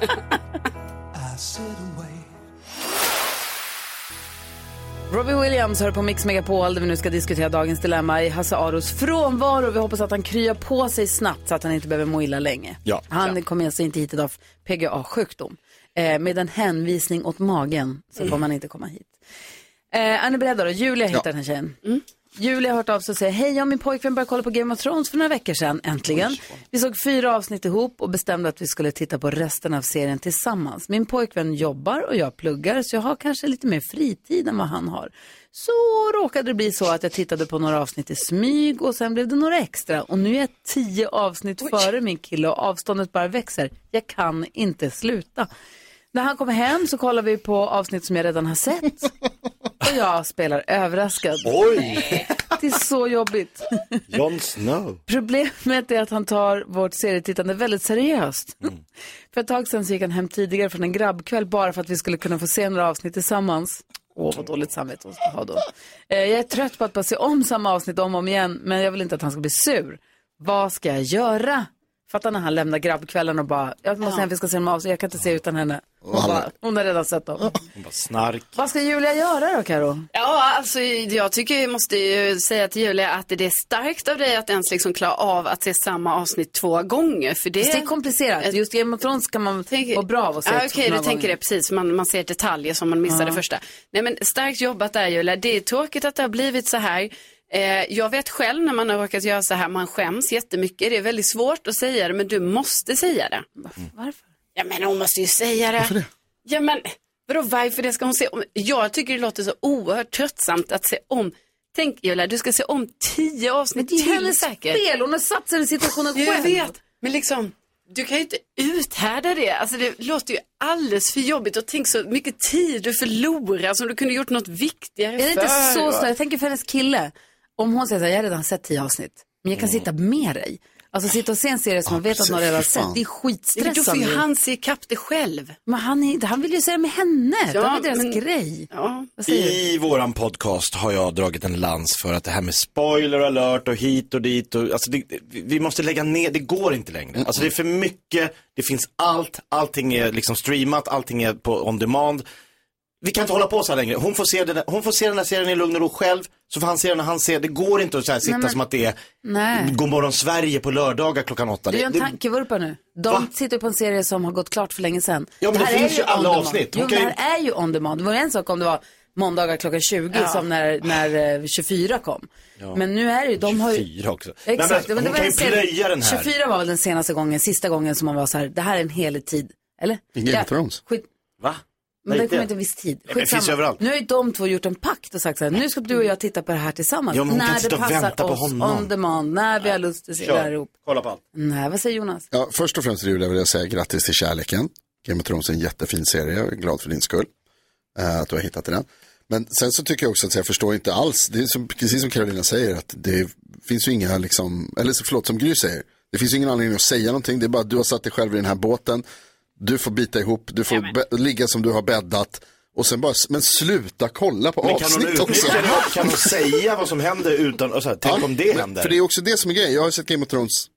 Robbie Williams hör på Mix Megapol där vi nu ska diskutera dagens dilemma i Hasse Aros frånvaro. Vi hoppas att han kryar på sig snabbt så att han inte behöver må illa länge. Ja. Han kommer alltså inte hit idag av P G A-sjukdom. Eh, med en hänvisning åt magen så kommer han inte komma hit. Eh, är ni beredda då? Julia heter ja. den här tjejen. Mm. Julia har hört av sig och säger, hej, jag och min pojkvän började kolla på Game of Thrones för några veckor sedan, äntligen. Vi såg fyra avsnitt ihop och bestämde att vi skulle titta på resten av serien tillsammans. Min pojkvän jobbar och jag pluggar så jag har kanske lite mer fritid än vad han har. Så råkade det bli så att jag tittade på några avsnitt i smyg och sen blev det några extra. Och nu är jag tio avsnitt Oj. före min kille och avståndet bara växer. Jag kan inte sluta. När han kommer hem så kollar vi på avsnitt som jag redan har sett. Och jag spelar överraskad. Oj! Det är så jobbigt. Jon Snow. Problemet är att han tar vårt serietittande väldigt seriöst. Mm. För ett tag sedan så gick han hem tidigare från en grabbkväll bara för att vi skulle kunna få se några avsnitt tillsammans. Åh, vad dåligt samvete hon ska ha då. Eh, jag är trött på att bara se om samma avsnitt om och om igen, men jag vill inte att han ska bli sur. Vad ska jag göra? Fattar när han lämnar grabbkvällen och bara, jag måste hem, vi ska se dem avsnitt, jag kan inte se utan henne. Hon, bara, hon har redan sett dem. Hon bara snark. Vad ska Julia göra då, Karo? Ja, alltså jag tycker jag måste ju säga till Julia att det är starkt av dig att ens liksom klara av att se samma avsnitt två gånger. För det, det är komplicerat. Just Game of Thrones kan man vara bra av att se. Ja, okej, okay, du tänker gånger. Det precis. Man, man ser detaljer som man missade ja. första. Nej, men starkt jobbat där, Julia. Det är tråkigt att det har blivit så här. Eh, jag vet själv när man har råkat göra så här, man skäms jättemycket. Det är väldigt svårt att säga det, men du måste säga det. Mm. Varför? Ja, men hon måste ju säga det. Varför det? Ja, men vadå, varför det ska hon se om? Jag tycker det låter så oerhört tröttsamt att se om. Tänk, Julia, du ska se om tio avsnitt till. Det är hennes spel, hon har satt sig i situationen själv. Jag vet, men liksom, du kan ju inte uthärda det. Alltså det låter ju alldeles för jobbigt och tänk så mycket tid du förlorar som du kunde gjort något viktigare för. Är det inte så stort? Jag tänker för hennes kille. Om hon säger så här, jag har redan sett tio avsnitt, men jag kan sitta med dig. Alltså sitta och se en serie som man vet att någon redan har sett. Det är skitstressande. Då får ju han se ikapp det själv. Men han, är, han vill ju se det med henne. Ja, det är deras men, grej. Ja. I våran podcast har jag dragit en lans för att det här med spoiler alert och hit och dit. Och, alltså det, vi måste lägga ner, det går inte längre. Mm. Alltså det är för mycket, det finns allt. Allting är liksom streamat, allting är på on demand. Vi kan inte hålla på så här längre. Hon får se den, hon får se den här serien i lugn och ro själv. Så får han se den när han ser. Det går inte att så här sitta nej, men... som att det är nej. Godmorgon Sverige på lördagar klockan åtta. Det är ju en tankevurpa nu. De Va? sitter på en serie som har gått klart för länge sedan. Ja, men det, det finns ju alla avsnitt. Jo, det här är ju on demand. Det var en sak om det var måndagar klockan tjugo ja. som när, när tjugofyra kom. Ja. Men nu är det ju, de har ju... tjugofyra också. Exakt. Nej, men, men hon kan ju plöja den här. tjugofyra var väl den senaste gången, sista gången som man var så här, det här är en helig tid. Eller? Game of Thrones. Skit... Va? Men det kommer inte en viss tid. Det finns överallt. Nu har ju de två gjort en pakt och sagt så här, nu ska du och jag titta på det här tillsammans. Ja, men när det passar oss on demand, när vi har lust att se det här ihop. Kolla på allt. Nej, vad säger Jonas? Ja, först och främst Julia vill jag säga grattis till kärleken. Game of Thrones är en jättefin serie, jag är glad för din skull. Uh, att du har hittat den. Men sen så tycker jag också att jag förstår inte alls, det är som, precis som Carolina säger, att det finns ju inga liksom, eller förlåt som Gry säger, det finns ju ingen anledning att säga någonting, det är bara att du har satt dig själv i den här båten, du får bita ihop, du får be- ligga som du har bäddat. Och sen bara, men sluta kolla på men avsnitt kan också. Kan hon, kan hon säga vad som händer utan, och så här, tänk ja, om det men, händer. För det är också det som är grejen. Jag har sett Game of Thrones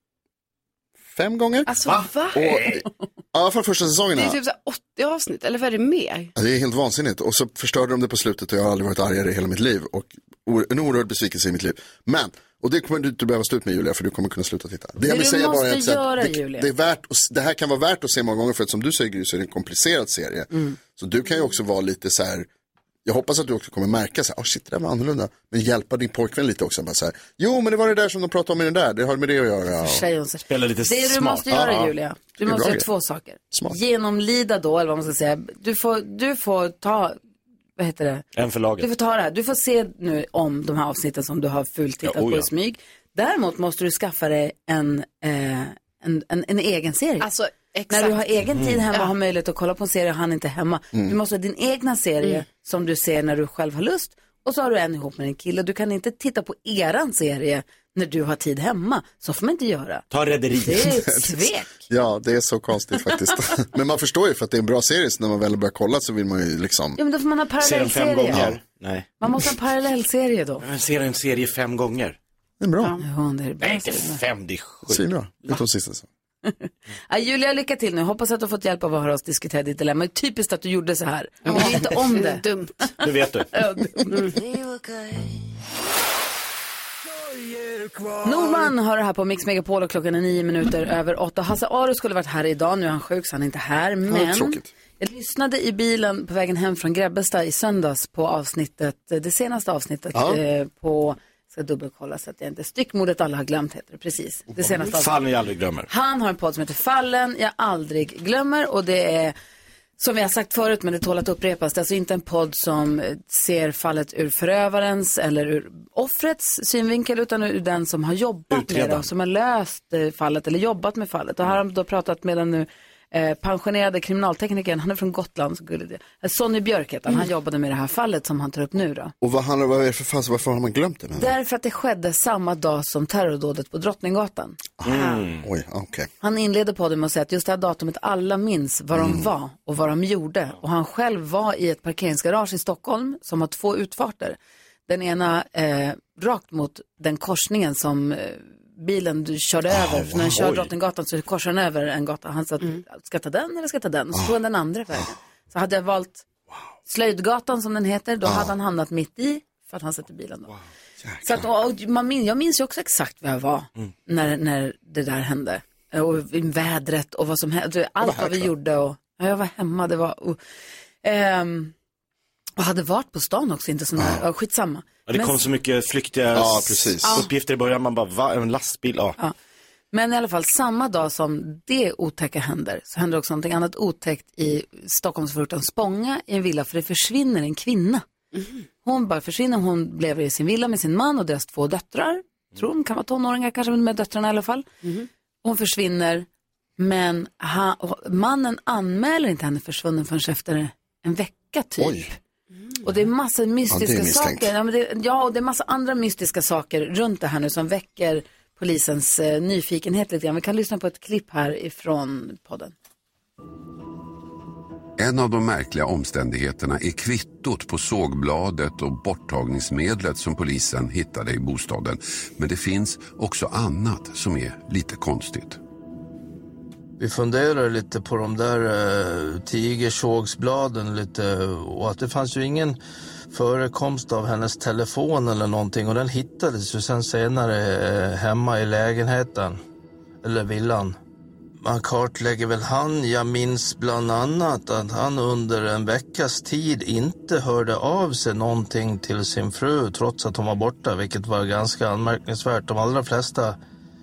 fem gånger. Alltså va? va? Och, ja, från första säsongen. Det är typ så åttio avsnitt, eller vad är det mer? Ja, det är helt vansinnigt. Och så förstörde de det på slutet och jag har aldrig varit argare i hela mitt liv. Och en oerhörd besvikelse i mitt liv. Men, och det kommer du inte behöva stå ut med Julia, för du kommer kunna sluta titta. Det, det jag vill säga bara att göra, det, det, är värt, det här kan vara värt att se många gånger, för att som du säger Gry, så är det en komplicerad serie. Mm. Så du kan ju också vara lite så här. Jag hoppas att du också kommer märka så här, oh shit, det där var annorlunda. Men hjälpa din pojkvän lite också. Bara så här, jo, men det var det där som de pratade om i den där. Det har med det att göra. Och... Tjej, spela lite det smart. du måste göra, ja, Julia. Du måste göra grej. två saker. Smart. Genomlida då, eller vad man ska säga. Du får, du får ta, vad heter det? En för laget. Du får ta det här. Du får se nu om de här avsnitten som du har fullt tittat ja, oh, på i smyg. Däremot måste du skaffa dig en, eh, en, en, en egen serie. Alltså, exakt. När du har egen tid hemma och mm. har möjlighet att kolla på en serie och han inte är hemma. Mm. Du måste ha din egna serie mm. som du ser när du själv har lust. Och så har du en ihop med din kille. Du kan inte titta på eran serie när du har tid hemma. Så får man inte göra. Ta Rederiet. Det är ett svek. Ja, det är så konstigt faktiskt. Men man förstår ju, för att det är en bra serie, så när man väl börjar kolla så vill man ju liksom... Ja, men då får man ha parallellserie. fem gånger. Nej. Man måste ha en parallellserie då. Man ser en serie fem gånger. Det är bra. Ja, det är bra. Nej, inte fem, det är sjukt. Svinbra, utom sista så. Ja, Julia, lycka till nu. Hoppas att du har fått hjälp av att höra oss diskutera ditt dilemma. Det är typiskt att du gjorde så här. Men det är inte om det. Dumt. Nu vet du. Ja, dumt. Norman har det här på Mix Megapol och klockan är nio minuter över åtta. Hasse Aro skulle varit här idag. Nu är han sjuk så han är inte här. Men ja, jag lyssnade i bilen på vägen hem från Grebbestad i söndags på avsnittet, det senaste avsnittet ja. eh, på... Ska dubbelkolla så att jag inte... Styckmordet alla har glömt heter det, precis. Det senaste avsnittet. Fallen jag aldrig glömmer. Han har en podd som heter Fallen jag aldrig glömmer. Och det är, som vi har sagt förut, men det tål att upprepas. Det är alltså inte en podd som ser fallet ur förövarens eller ur offrets synvinkel, utan ur den som har jobbat Utreda. med det och som har löst fallet eller jobbat med fallet. Och här har de då pratat med en nu Eh, pensionerade kriminalteknikern, han är från Gotland. Så gulligt. Sonny Björk heter han, han jobbade med det här fallet som han tar upp nu då. Och vad handlar vad är det för fall, varför har man glömt det? Med? Därför att det skedde samma dag som terrordådet på Drottninggatan. Mm. Oj, okay. Han inledde på det med att säga att just det här datumet alla minns vad de mm. var och vad de gjorde. Och han själv var i ett parkeringsgarage i Stockholm som har två utfarter. Den ena eh, rakt mot den korsningen som... Eh, bilen du körde oh, över, för när han kör Drottninggatan så korsar han över en gata. Han sa att mm. ska ta den eller ska ta den? Och så tog han den andra vägen. Så hade jag valt Slöjdgatan som den heter, då oh. hade han hamnat mitt i för att han sätter bilen då. Wow. Så att, och man min, jag minns ju också exakt vad jag var mm. när, när det där hände. Och vädret och vad som hände. Allt vad vi gjorde. Och, ja, jag var hemma, det var... Och, ehm, och hade varit på stan också, inte sån här, ja. skitsamma. Ja, det men, kom så mycket flyktiga ja, precis. uppgifter i början, man bara, va? En lastbil, ja. ja. Men i alla fall, samma dag som det otäcka händer, så händer också någonting annat otäckt i Stockholmsförorten Spånga i en villa, för det försvinner en kvinna. Mm. Hon bara försvinner, hon blev i sin villa med sin man och deras två döttrar. Mm. Tror de kan vara tonåringar kanske, med döttrarna i alla fall. Mm. Hon försvinner, men han, mannen anmäler inte henne försvunnen förrän efter en vecka typ. Oj. Mm. Och det är massa mystiska ja, saker. Ja, men det, ja, och det är massa andra mystiska saker runt det här nu som väcker polisens eh, nyfikenhet lite grann. Vi kan lyssna på ett klipp här ifrån podden. En av de märkliga omständigheterna är kvittot på sågbladet och borttagningsmedlet som polisen hittade i bostaden. Men det finns också annat som är lite konstigt. Vi funderar lite på de där eh, tigersågsbladen lite, och att det fanns ju ingen förekomst av hennes telefon eller någonting, och den hittades ju sen senare eh, hemma i lägenheten eller villan. Man kartlägger väl han, jag minns bland annat att han under en veckas tid inte hörde av sig någonting till sin fru trots att hon var borta, vilket var ganska anmärkningsvärt. De allra flesta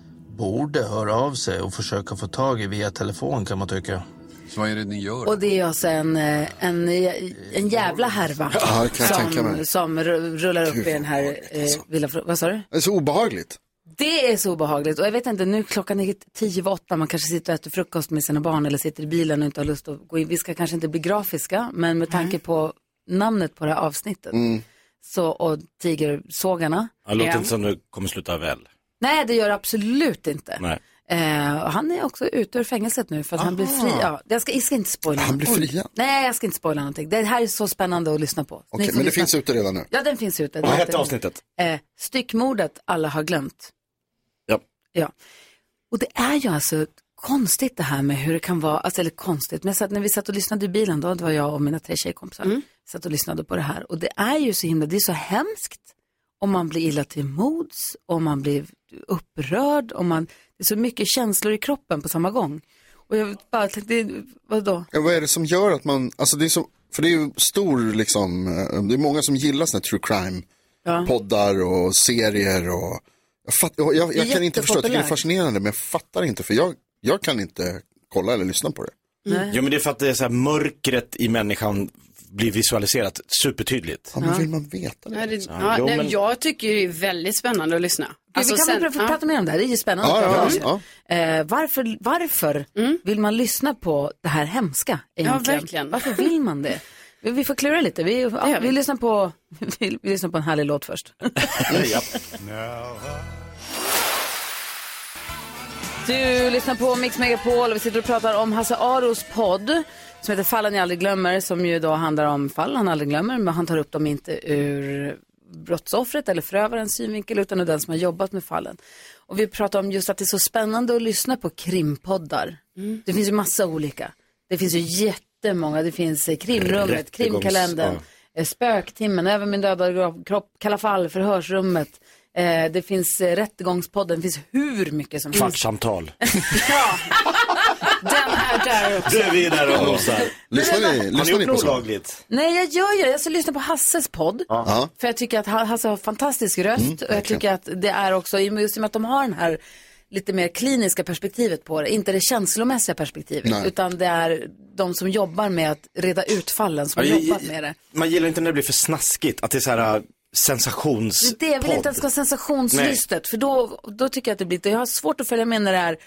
borde höra av sig och försöka få tag i via telefon, kan man tycka. Så vad är det ni gör? Och det är alltså en, en, en jävla härva ja, som, som rullar upp Gud, i den här eh, villa. Vad sa du? Det är så obehagligt. Det är så obehagligt. Och jag vet inte, nu klockan är tio över åtta. Man kanske sitter och äter frukost med sina barn eller sitter i bilen och inte har lust att gå in. Vi ska kanske inte bli grafiska, men med tanke på namnet på det här avsnittet mm. så, och tigersågarna. Det låter inte som det kommer sluta väl. Nej, det gör absolut inte. Nej. Eh, han är också ute ur fängelset nu för att Aha. han blir fri. Ja, jag, ska, jag ska inte spoila Han blir fri? Nej, jag ska inte spoila någonting. Det här är så spännande att lyssna på. Okej, okay, men det lyssna. finns ute redan nu? Ja, den finns ute. Vad heter avsnittet? Eh, styckmordet alla har glömt. Ja. Ja. Och det är ju alltså konstigt det här med hur det kan vara, alltså, eller konstigt, men så när vi satt och lyssnade i bilen då, det var jag och mina tre tjejkompisar, mm. satt och lyssnade på det här. Och det är ju så himla, det är så hemskt om man blir illa till mods, om man blir upprörd, om man, det är så mycket känslor i kroppen på samma gång. Och jag bara tänkte, vadå? Ja, vad är det som gör att man, alltså det är så, för det är ju stor liksom, det är många som gillar såna true crime ja. poddar och serier och jag, fatt, jag, jag, jag kan inte förstå, jag tycker det är fascinerande, men jag fattar inte, för jag, jag kan inte kolla eller lyssna på det. Mm. Ja, men det är för att det är så här, mörkret i människan blir visualiserat supertydligt. Ja, men vill man veta det? Ja, det ja, jo, nej, men... Jag tycker det är väldigt spännande att lyssna. Alltså, vi kan sen, väl ja. prata mer om det här, det är ju spännande. Ja, ja, ja. Eh, varför varför mm. vill man lyssna på det här hemska egentligen? Ja, verkligen. Varför vill man det? Vi, vi får klura lite. Vi, ja, vi, lyssnar på, vi, vi lyssnar på en härlig låt först. ja. Du lyssnar på Mix Megapol och vi sitter och pratar om Hasse Aros podd som heter Fallen jag aldrig glömmer, som ju då handlar om fall han aldrig glömmer, men han tar upp dem inte ur brottsoffret eller förövarens synvinkel utan ur den som har jobbat med fallen. Och vi pratar om just att det är så spännande att lyssna på krimpoddar. Mm. Det finns ju massa olika. Det finns ju jättemånga. Det finns Krimrummet, Krimkalendern, ja. Spöktimmen, Över min döda kropp, Kalla fall, Förhörsrummet. Eh, det finns eh, Rättegångspodden, det finns hur mycket som helst. Kvartsamtal. ja, den är där också. Du är vi där och hosar. Lyssnar ni, lyssnar ni på så? Nej, jag gör ju det. Jag ska lyssna på Hasses podd. Uh-huh. För jag tycker att Hasse har fantastisk röst. Mm, och jag tycker att det är också, just med att de har den här lite mer kliniska perspektivet på det. Inte det känslomässiga perspektivet. Nej. Utan det är de som jobbar med att reda ut fallen som ja, har jobbat med det. Man gillar inte när det blir för snaskigt. Att det är så här... sensations Det är väl inte ens ska sensationslystet. Nej. För då, då tycker jag att det blir, jag har svårt att följa med när det är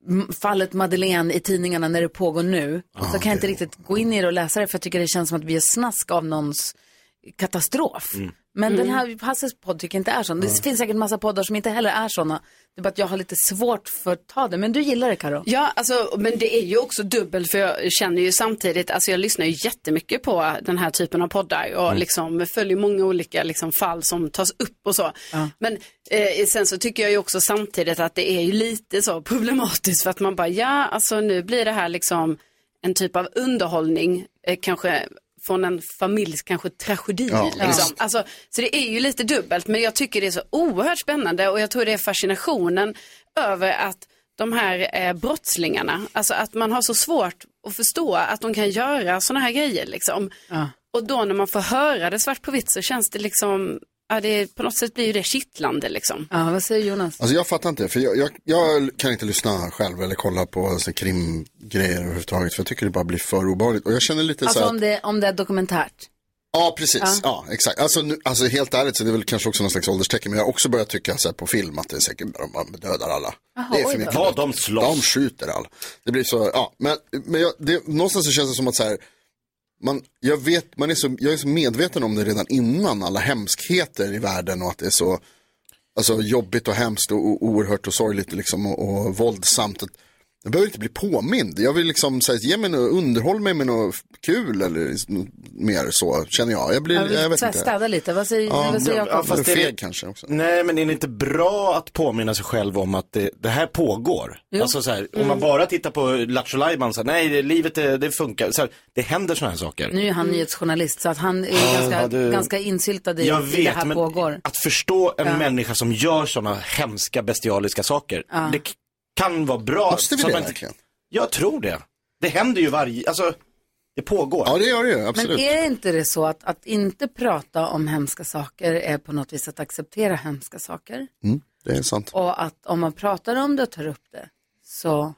fallet Madeleine i tidningarna när det pågår nu. Ah, så kan jag inte riktigt gå in i det och läsa det för jag tycker det känns som att vi är snask av någons katastrof. Mm. Men mm. den här Hasses podd tycker jag inte är sån. Det mm. finns säkert en massa poddar som inte heller är såna. Det är bara att jag har lite svårt för att ta det. Men du gillar det, Karo? Ja, alltså, men det är ju också dubbelt. För jag känner ju samtidigt, alltså jag lyssnar ju jättemycket på den här typen av poddar. Och mm. liksom följer många olika liksom, fall som tas upp och så. Ja. Men eh, sen så tycker jag ju också samtidigt att det är ju lite så problematiskt. För att man bara, ja, alltså nu blir det här liksom en typ av underhållning. Eh, kanske... från en familjs kanske tragedi. Ja, liksom. Alltså, så det är ju lite dubbelt. Men jag tycker det är så oerhört spännande. Och jag tror det är fascinationen över att de här eh, brottslingarna. Alltså att man har så svårt att förstå att de kan göra såna här grejer. Liksom. Ja. Och då när man får höra det svart på vitt så känns det liksom... Ja, det är, på något sätt blir ju det kittlande liksom. Ja, vad säger Jonas? Alltså jag fattar inte, för jag, jag, jag kan inte lyssna själv eller kolla på alltså, krimgrejer överhuvudtaget. För jag tycker det bara blir för obehagligt. Och jag känner lite alltså så om, det, om det är dokumentärt? Ja, precis. Ja, ja exakt. Alltså, nu, alltså helt ärligt så det är väl kanske också någon slags ålderstecken. Men jag har också börjat tycka så här, på film att det är säkert de dödar alla. Aha, det är för mycket. Ja, de slåss. De skjuter alla. Det blir så, ja. Men, men jag, det, någonstans så känns det som att så här... Man, jag, vet, man är så, jag är så medveten om det redan innan alla hemskheter i världen och att det är så alltså, jobbigt och hemskt och, och oerhört och sorgligt liksom, och, och våldsamt. Att, jag behöver inte bli påmind. Jag vill liksom säga, ge mig något, underhåll mig med något kul eller mer så, känner jag. Jag, blir, jag vill jag vet inte. Städa lite, vad säger, ja, vad säger ja, Jakob? Ja, feg kanske också. Nej, men är det inte bra att påminna sig själv om att det, det här pågår? Jo. Alltså så här, mm. om man bara tittar på Lattjo Lajban så här, nej, det, livet det, det funkar. Så här, det händer såna här saker. Nu är han nyhetsjournalist så att han är ja, ganska, det... ganska insyltad i jag att vet, det här men pågår. Att förstå en ja. människa som gör såna hemska bestialiska saker, ja. det kan vara bra. Måste vi det verkligen? Jag tror det. Det händer ju varje, alltså det pågår. Ja, det gör det ju, absolut. Men är inte det så att, att inte prata om hemska saker är på något vis att acceptera hemska saker? Mm, det är sant. Och att om man pratar om det och tar upp det så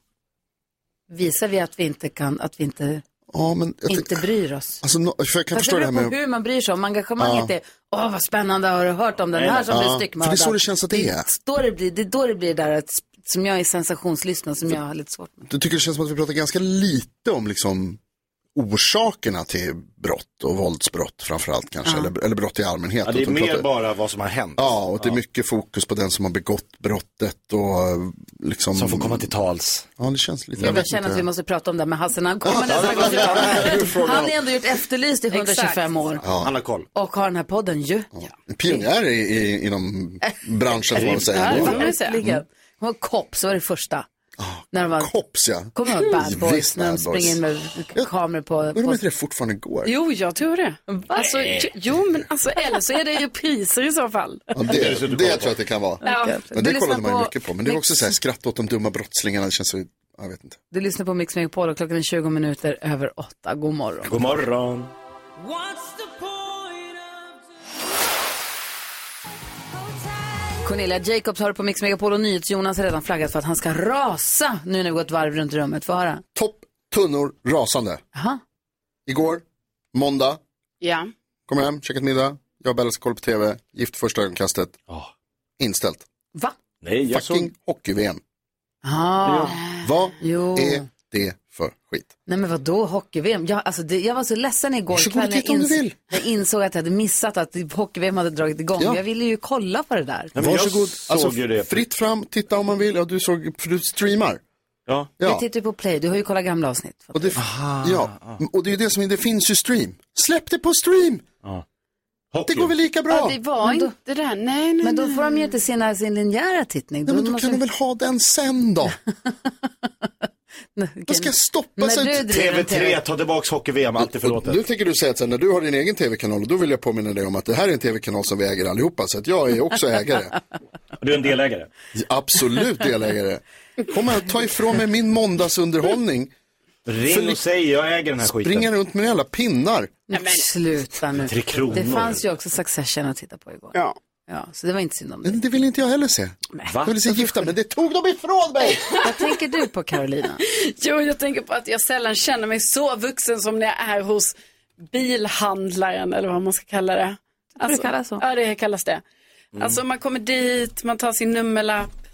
visar vi att vi inte kan, att vi inte, ja, men inte tänk... bryr oss. Alltså, no, för jag kan Fast förstå det här med... hur man bryr sig om engagemanget ja. är, åh vad spännande, har du hört om den här som ja, blir styckmördad? För det är så det känns att det är. Det, det, blir, det är då det blir där att som jag är sensationslyssnare som jag har lite svårt med. Du tycker det känns som att vi pratar ganska lite om liksom orsakerna till brott och våldsbrott framförallt kanske, ja. eller, eller brott i allmänhet. Ja, det är mer pratar... bara vad som har hänt. Ja, och det är ja. mycket fokus på den som har begått brottet och liksom... Som får komma till tals. Ja, det känns lite... Jag, jag känner inte. Att vi måste prata om det med Hasse när han kommer nästa gång. Han har ändå gjort Efterlyst i hundratjugofem år. Ja. Han har koll. Och har den här podden ju. Ja. Pionjär i, i, inom branschen får man säga. Ja, verkligen. Hon var Kops, var det första. Oh, när de var, Kops, ja. Kommer du ihåg Bad Boys? Visst, när de springer in med kameror på... Men de inte det fortfarande går? Jo, jag tror det. Alltså, jo, men alltså, eller så är det ju priser i så fall. Ja, det, det, det tror jag att det kan vara. Ja. Men det kollade man ju mycket på. Men det är också så här, skratt åt de dumma brottslingarna. Det känns så, jag vet inte. Du lyssnar på Mix Megapol och klockan är tjugo minuter över åtta. God morgon. God morgon. Cornelia Jacobs har på Mix Megapol och NyhetsJonas har redan flaggat för att han ska rasa nu när vi går ett varv runt rummet. Få höra. Topp, tunnor, rasande. Aha. Igår, måndag. Ja. Kom hem, käkat middag. Jag och Bella ska kolla på tv. Gift första ögonkastet. Oh. Inställt. Va? Nej, jag fucking såg... hockey-V M. Ah. Vad jo. är det för skit? Nej men vadå hockey-V M? Jag, alltså, det, jag var så ledsen igår kväll när jag, ins- jag insåg att jag hade missat att hockey-V M hade dragit igång. Ja. Jag ville ju kolla på det där. Ja, varsågod, alltså, fritt fram, titta om man vill. Ja, du, såg, för du streamar. Ja. Ja. Jag tittar på Play, du har ju kollat gamla avsnitt. Och det, ja, och det är det som det finns ju stream. Släpp det på stream! Ja. Det går väl lika bra? Ja, det var men då, inte det där, nej, nej. Men då får de ju inte sina, sin linjära tittning. Nej, men då måste... kan de väl ha den sen då? Vad ska stoppa sig? T V tre, ta tillbaka hockey-V M, alltid förlåtet. Nu tänker du säga att sen, när du har din egen tv-kanal, och då vill jag påminna dig om att det här är en tv-kanal som vi äger allihopa, så att jag är också ägare. Du är en delägare? Absolut delägare. Kom här och ta ifrån mig min måndagsunderhållning. Ring och säg, jag äger den här skiten. Springa runt med alla pinnar. Nej, men sluta nu. Tre kronor. Det fanns ju också Succession att titta på igår. Ja. Ja, så det var inte synd om det. Det vill inte jag heller se. Nej. Jag vill se Gifta, men det tog de ifrån mig. Vad tänker du på, Carolina? Jo, jag tänker på att jag sällan känner mig så vuxen som när jag är hos bilhandlaren, eller vad man ska kalla det. Alltså, det kallas så? Ja, det kallas det. Mm. Alltså man kommer dit, man tar sin nummerlapp,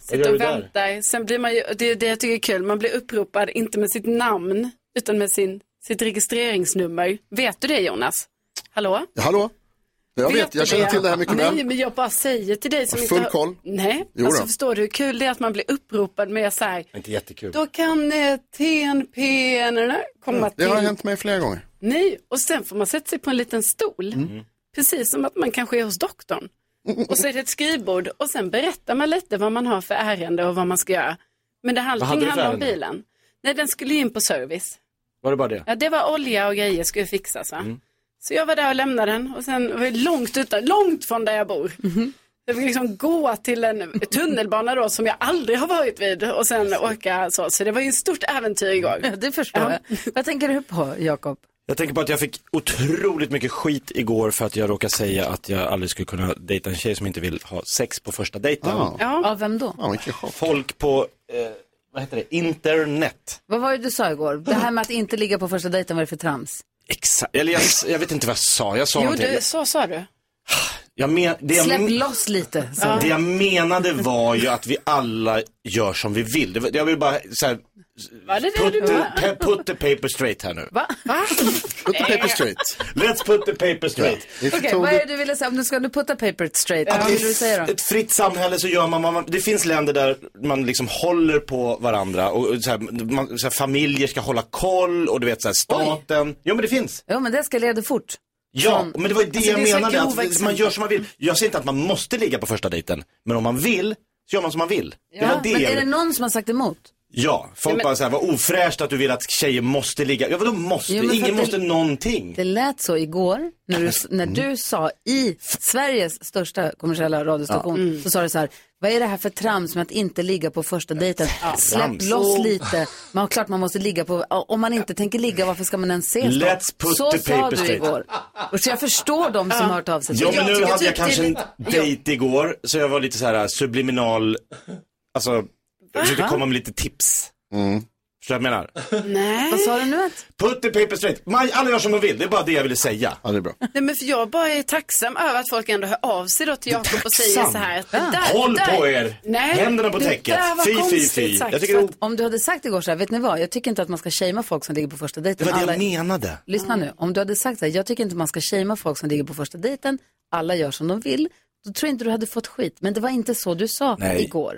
Sitter och väntar. Sen blir man ju, det är det jag tycker är kul, man blir uppropad inte med sitt namn utan med sin, sitt registreringsnummer. Vet du det, Jonas? Hallå? Ja, hallå? Jag vet, vet jag känner det? till det här mycket väl. Nej, men jag bara säger till dig som full inte har... koll. Nej, jo alltså då. förstår du hur kul det är att man blir uppropad med så här. Inte jättekul. Då kan eh, T N P komma mm, till. Det har hänt mig flera gånger. Nej, och sen får man sätta sig på en liten stol. Mm. Precis som att man kanske är hos doktorn. Och så är det ett skrivbord och sen berättar man lite vad man har för ärende och vad man ska göra. Men det allting handlar om bilen. Nej, den skulle in på service. Var det bara det? Ja, det var olja och grejer skulle fixas, va? Mm. Så jag var där och lämnade den och sen var jag långt utan, långt från där jag bor. Mm. Jag fick liksom gå till en tunnelbana då som jag aldrig har varit vid och sen åka så. Så det var ju ett stort äventyr igår. Ja, det förstår ja. jag. Vad tänker du på, Jakob? Jag tänker på att jag fick otroligt mycket skit igår för att jag råkade säga att jag aldrig skulle kunna dejta en tjej som inte vill ha sex på första dejten. Ah. Ja. Av vem då? Ah, Folk på, eh, vad heter det, internet. Vad var det du sa igår? Det här med att inte ligga på första dejten, var det för trams? Exakt, eller jag, jag vet inte vad jag sa. Jag sa jo, någonting. Du, så sa du. Jag men, det jag, Släpp loss lite. Så. Det jag menade var ju att vi alla gör som vi vill. Det, jag vill bara så här, var det put, det du the, put the paper straight här nu. Va? Va? Put the paper straight. Let's put the paper straight. Okej, okay, vad är det du ville säga? Om du ska nu putta paper straight, vad vill du säga då? Ett fritt samhälle så gör man, man det finns länder där man liksom håller på varandra och så här, man, så här, familjer ska hålla koll och du vet så här, staten. Oj. Jo men det finns. Jo men det ska leda fort. Ja, Från, men det var ju det alltså, jag det menade, att exempel. Man gör som man vill. Jag säger inte att man måste ligga på första dejten, men om man vill, så gör man som man vill. Ja, det var det men är det någon som har sagt emot? Ja, folk ja, men... bara så här, vad ofräscht att du vill att tjejer måste ligga. Ja, vadå måste? Jo, Ingen måste det, någonting. Det lät så igår, när du, när du sa i Sveriges största kommersiella radiostation, ja. mm. så sa du så här, vad är det här för trams med att inte ligga på första dejten? Ja, Släpp trams. loss lite. Men klart man måste ligga på, om man inte tänker ligga, varför ska man ens ses då? Let's put så the sa du straight. igår. Och så jag förstår dem som har hört av sig. Ja, men nu jag hade jag typ kanske en dejt igår, så jag var lite så här subliminal, alltså, jag försökte komma med lite tips. Mm. Så jag menar. Nej. Vad sa du nu? Put the paper straight. Man, alla gör som de vill. Det är bara det jag ville säga. Ja, det är bra. Nej, men för jag bara är tacksam över att folk ändå hör av sig då till Jakob och säger så här. Att ja. där, Håll där. på er. Nej. Händerna på täcket. Fy, fy, fy. Jag tycker mm. Om du hade sagt igår så här, vet ni vad? Jag tycker inte att man ska shamea folk som ligger på första dejten. Det var det alla... jag menade. Lyssna nu. Om du hade sagt så här, jag tycker inte att man ska shamea folk som ligger på första dejten. Alla gör som de vill. Då tror jag inte du hade fått skit. Men det var inte så du sa Nej. igår.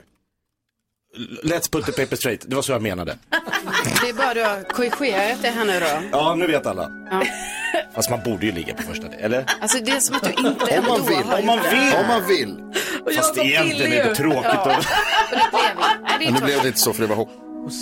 Let's put the paper straight. Det var så jag menade. Det är bara du har korrigerat det här nu då. Ja, nu vet alla. Ja. Fast man borde ju ligga på första dejten, eller? Alltså det är som att du inte om man vill, om man vill. Om man vill. Fast egentligen är det tråkigt. Ja. Och det blev Nej, det är Men nu blev det inte så för det var hopp.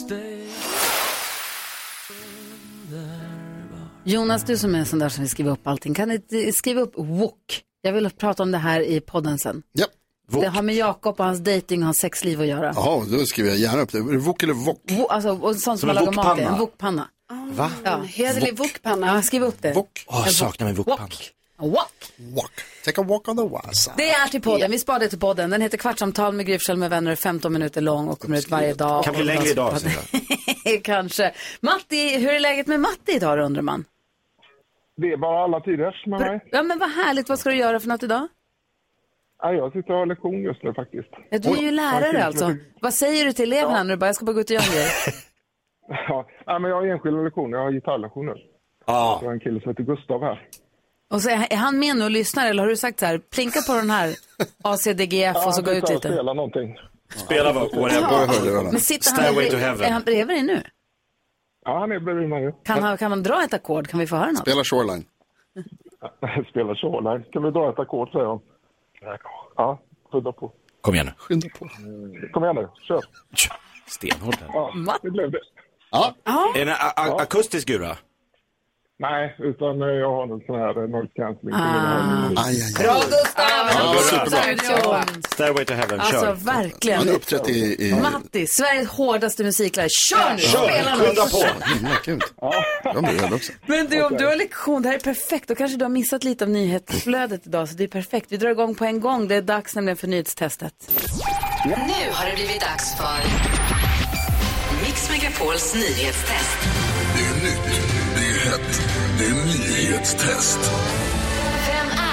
Jonas, du som är en sån där som vill skriva upp allting, kan du skriva upp wok? Jag vill prata om det här i podden sen. Ja. Det har med Jakob och hans dating och hans sexliv att göra. Jaha, då skriver jag gärna upp det. Är det wok eller wok? Wo, alltså, och sånt som, som man lagar mat i. En wokpanna. Oh, Va? Ja, hederlig wokpanna. Ja, skriv upp det. Wok. Åh, oh, jag saknar min wokpanna. Wok. Wok. Take a walk on the wasa. Det är till podden. Vi sparar det till podden. Den heter Kvartsamtal med Gry Forssell med vänner, femton minuter lång och kommer ut varje dag. Kan bli längre idag. Kanske. Matti, hur är läget med Matti idag, undrar man? Det är bara alla tiders med mig. Ja, men vad härligt. Vad ska du göra för något idag? Ja, jag sitter och har lektion just nu faktiskt. Ja, du är ju lärare alltså. Vad säger du till eleverna ja. när du bara, jag ska bara gå ut och göra en grej? Ja, men jag har enskilda lektioner. Jag har gitarrlektion nu. Ja. Jag har en kille som heter Gustav här. Och så är han med nu och lyssnar, eller har du sagt så här, plinka på den här A C D G F ja, och så gå ut lite? Ja, spela någonting. Spela vad på det. Ja. Men sitter han, Stairway to heaven. Är han bredvid dig nu? Ja, han är bredvid mig. Kan han, kan han dra ett ackord? Kan vi få höra något? Spela Shoreline. Spela Shoreline. Kan vi dra ett ackord, säger han. Ja, skynda på. Kom igen nu. Skynda på. Kom igen nu, kör. Stenhårt här. Ja, det blev det. Ja. Är det en a- akustisk gura? Nej, utan jag har en sån här noise cancelling. Ah. Aj, aj, aj. Bra Gustav! Stairway to heaven, alltså, kör. Alltså verkligen. Han är uppträtt i... i... Matti, Sveriges hårdaste musiklärare. Kör nu! Kör, spela skynda på. Himla kul. Jag blir rädd också. Men du, om du har lektion, det här är perfekt. Då kanske du har missat lite av nyhetsflödet idag, så det är perfekt. Vi drar igång på en gång. Det är dags nämligen för nyhetstestet. Nu har det blivit dags för Mix Megapols nyhetstest. Det är nytt, det är hett, det är nyhetstest. Vem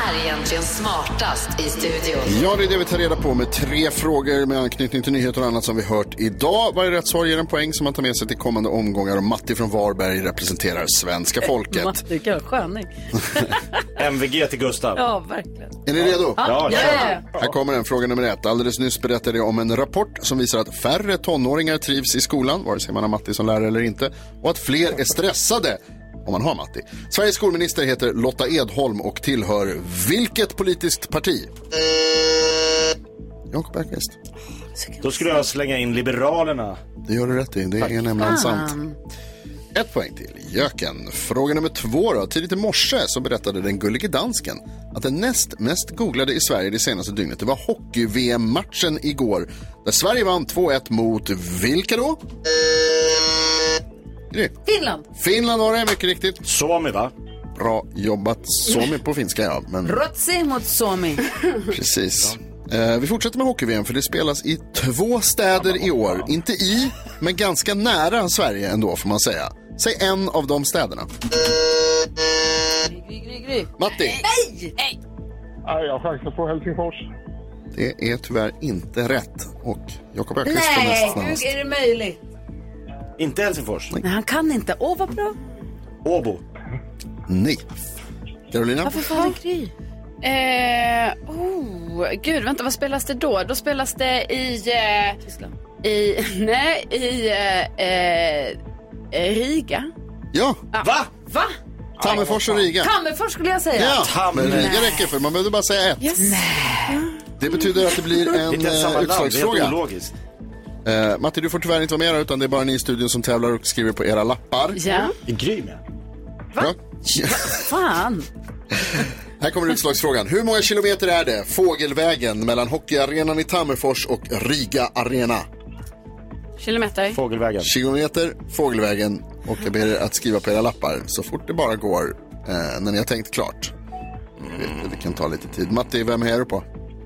är egentligen smartast i studion? Ja, det är det vi tar reda på med tre frågor med anknytning till nyheter och annat som vi hört idag. Varje rätt svar ger en poäng som man tar med sig till kommande omgångar. Och Matti från Varberg representerar svenska folket. Matti, vilken sköning. M V G till Gustav. Ja, verkligen. Är ni redo? Ja, ja, ja. Här kommer en fråga nummer ett. Alldeles nyss berättade jag om en rapport som visar att färre tonåringar trivs i skolan, vare sig man har Matti som lärare eller inte, och att fler är stressade om man har Matti. Sveriges skolminister heter Lotta Edholm och tillhör vilket politiskt parti? Jakob Bergqvist. Då skulle jag slänga in Liberalerna. Det gör du rätt i, det är nämligen sant. Ett poäng till Jöken. Fråga nummer två då. Tidigt i morse så berättade den gullige dansken att den näst mest googlade i Sverige det senaste dygnet, det var hockey-V M-matchen igår. Där Sverige vann två ett mot vilka då? Finland. Finland var det, mycket riktigt. Suomi, va? Bra jobbat. Suomi på finska, ja. Men... Rotsi mot Suomi. Precis. Eh, vi fortsätter med hockey-V M för det spelas i två städer i år. Inte i, men ganska nära Sverige ändå får man säga. Säg en av de städerna. Gry, gry, gry. Matti. Nej! Nej! Nej, jag chansar på Helsingfors. Det är tyvärr inte rätt. Och Jakob Bergqvist får Nej, näst snabbast. hur är det möjligt? Inte Helsingfors. Nej, han kan inte. Åh, vad bra. Åbo. Nej. Carolina? Varför får han Gry? Eh, oh, gud, vänta, vad spelas det då? Då spelas det i... Eh, Tyskland. I, nej, i eh, eh, Riga. Ja. Ah. Va? Va? Tammerfors och Riga. Tammerfors skulle jag säga. Ja, men Riga räcker för man behöver bara säga ett. Yes. Nej. Det betyder att det blir en Inte ens samma uh, land, det är helt utslagsfråga. ologiskt. Uh, Matti, du får tyvärr inte vara med utan det är bara ni i studion som tävlar och skriver på era lappar. Ja. Det är Gry med. Va? Ja. Fan. Här kommer utslagsfrågan. Hur många kilometer är det fågelvägen mellan hockeyarenan i Tammerfors och Riga Arena? Kilometer. Fågelvägen. Kilometer, fågelvägen. Och jag ber er att skriva på era lappar så fort det bara går eh, när ni har tänkt klart. Det, det kan ta lite tid. Matti, vem är du på?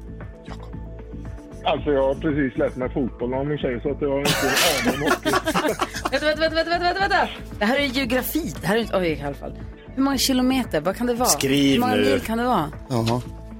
Alltså jag har precis lärt mig fotboll av min tjej så att jag har inte en aning om hockey. Vänta, vänta, vänta, vänta, vänta, vänta. Det här är geografi. Det här är inte, oj, i alla fall. Hur många kilometer? Vad kan det vara? Skriv Hur många nu. mil kan det vara? Jaha.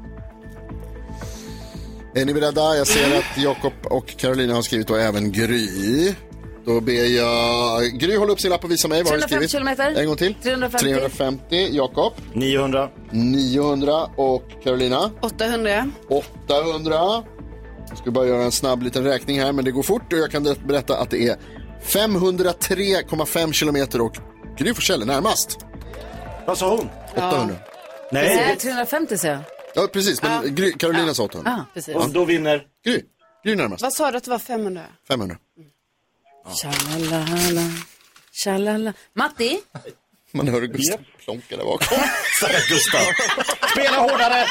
Är ni beredda? Jag ser att Jakob och Carolina har skrivit och även Gry. Då ber jag Gry hålla upp sin lapp och visa mig vad har du skrivit. kilometer. En gång till. trehundrafemtio. trehundrafemtio. Jakob. niohundra. niohundra. Och Carolina. åttahundra. åttahundra. Jag ska bara göra en snabb liten räkning här, men det går fort och jag kan berätta att det är femhundratre komma fem kilometer och Gry Forssell är närmast. Vad sa hon? åttahundra. Nej. Nej, trehundrafemtio säger jag. Ja, precis, men Gry, Carolina sa åttahundra. Ja, precis. Och då vinner... Gry, Gry närmast. Vad sa du att det var femhundra? femhundra. Tjalala, tjalala. Matti? Man hör Gustav plonka där bakom. Stackars Gustav. Spela hårdare!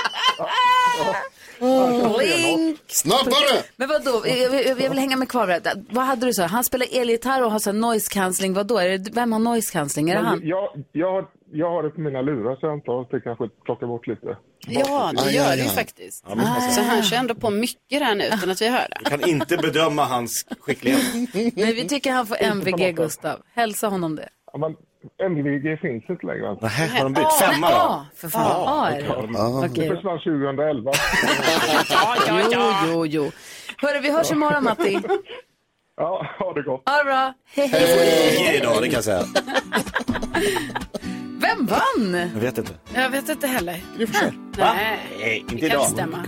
Oh, Link. Snabbare! Men vadå, jag, jag, jag vill hänga med kvar. Vad hade du så? Han spelar elgitarr och har så noise cancelling. Vadå? Är det, vem har noise cancelling? Är det han? Jag, jag, har, jag har det på mina lurar så jag antar att det kanske plockar bort lite. Ja, det Aj, gör aj, det ju aj. faktiskt. Ja, Så han kör ändå på mycket där nu utan att vi hör det. Jag kan inte bedöma hans skicklighet. Nej, vi tycker han får M V G, Gustav. Hälsa honom det. Ja, men M V G finns inte längre. Alltså. Nej, har de bytt? Femma då? Ja, för fan. Ja, är det. Det Okej. försvann tjugohundraelva. Jo, jo, jo. Hörru, vi hörs imorgon, Matti. Ja, ha det gott. Ha det bra. Hej, Du får hej. I G idag, det kan jag säga. Vem vann? Jag vet inte. Jag vet inte heller. Gry Forssell. Va? Nej, Nej, inte det kan idag. stämma.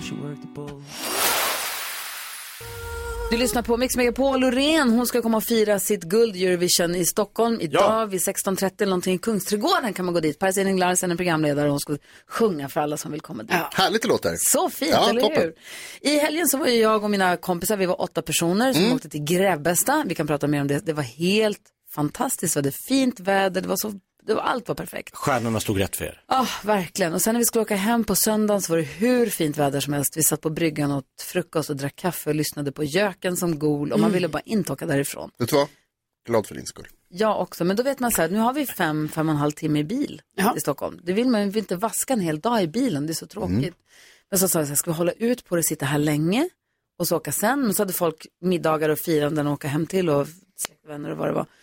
Du lyssnar på Mix Megapol. Loreen, hon ska komma och fira sitt guld Eurovision i Stockholm idag Ja. vid sexton trettio någonting i Kungsträdgården kan man gå dit. Paris Ening Larsen är programledare och hon ska sjunga för alla som vill komma dit. Ja. Härligt det låter. Så fint, Ja, eller toppen. hur? I helgen så var ju jag och mina kompisar, vi var åtta personer som Mm. åkte till Grebbestad. Vi kan prata mer om det. Det var helt fantastiskt. Det var fint väder, det var så, det var, allt var perfekt. Stjärnorna stod rätt för er. Ja, verkligen. Och sen när vi skulle åka hem på söndagen så var det hur fint väder som helst. Vi satt på bryggan och åt frukost och drack kaffe och lyssnade på göken som gol. Och man ville bara inte åka därifrån. Vet du vad? Glad för din skull. Jag också, men då vet man så här, nu har vi fem, fem och en halv timme i bil Ja. i Stockholm. Det vill man vill inte vaska en hel dag i bilen, det är så tråkigt. Men så sa jag så här, ska vi hålla ut på det, sitta här länge och så åka sen. Men så hade folk middagar och firanden och åka hem till och släktvänner och vad det var.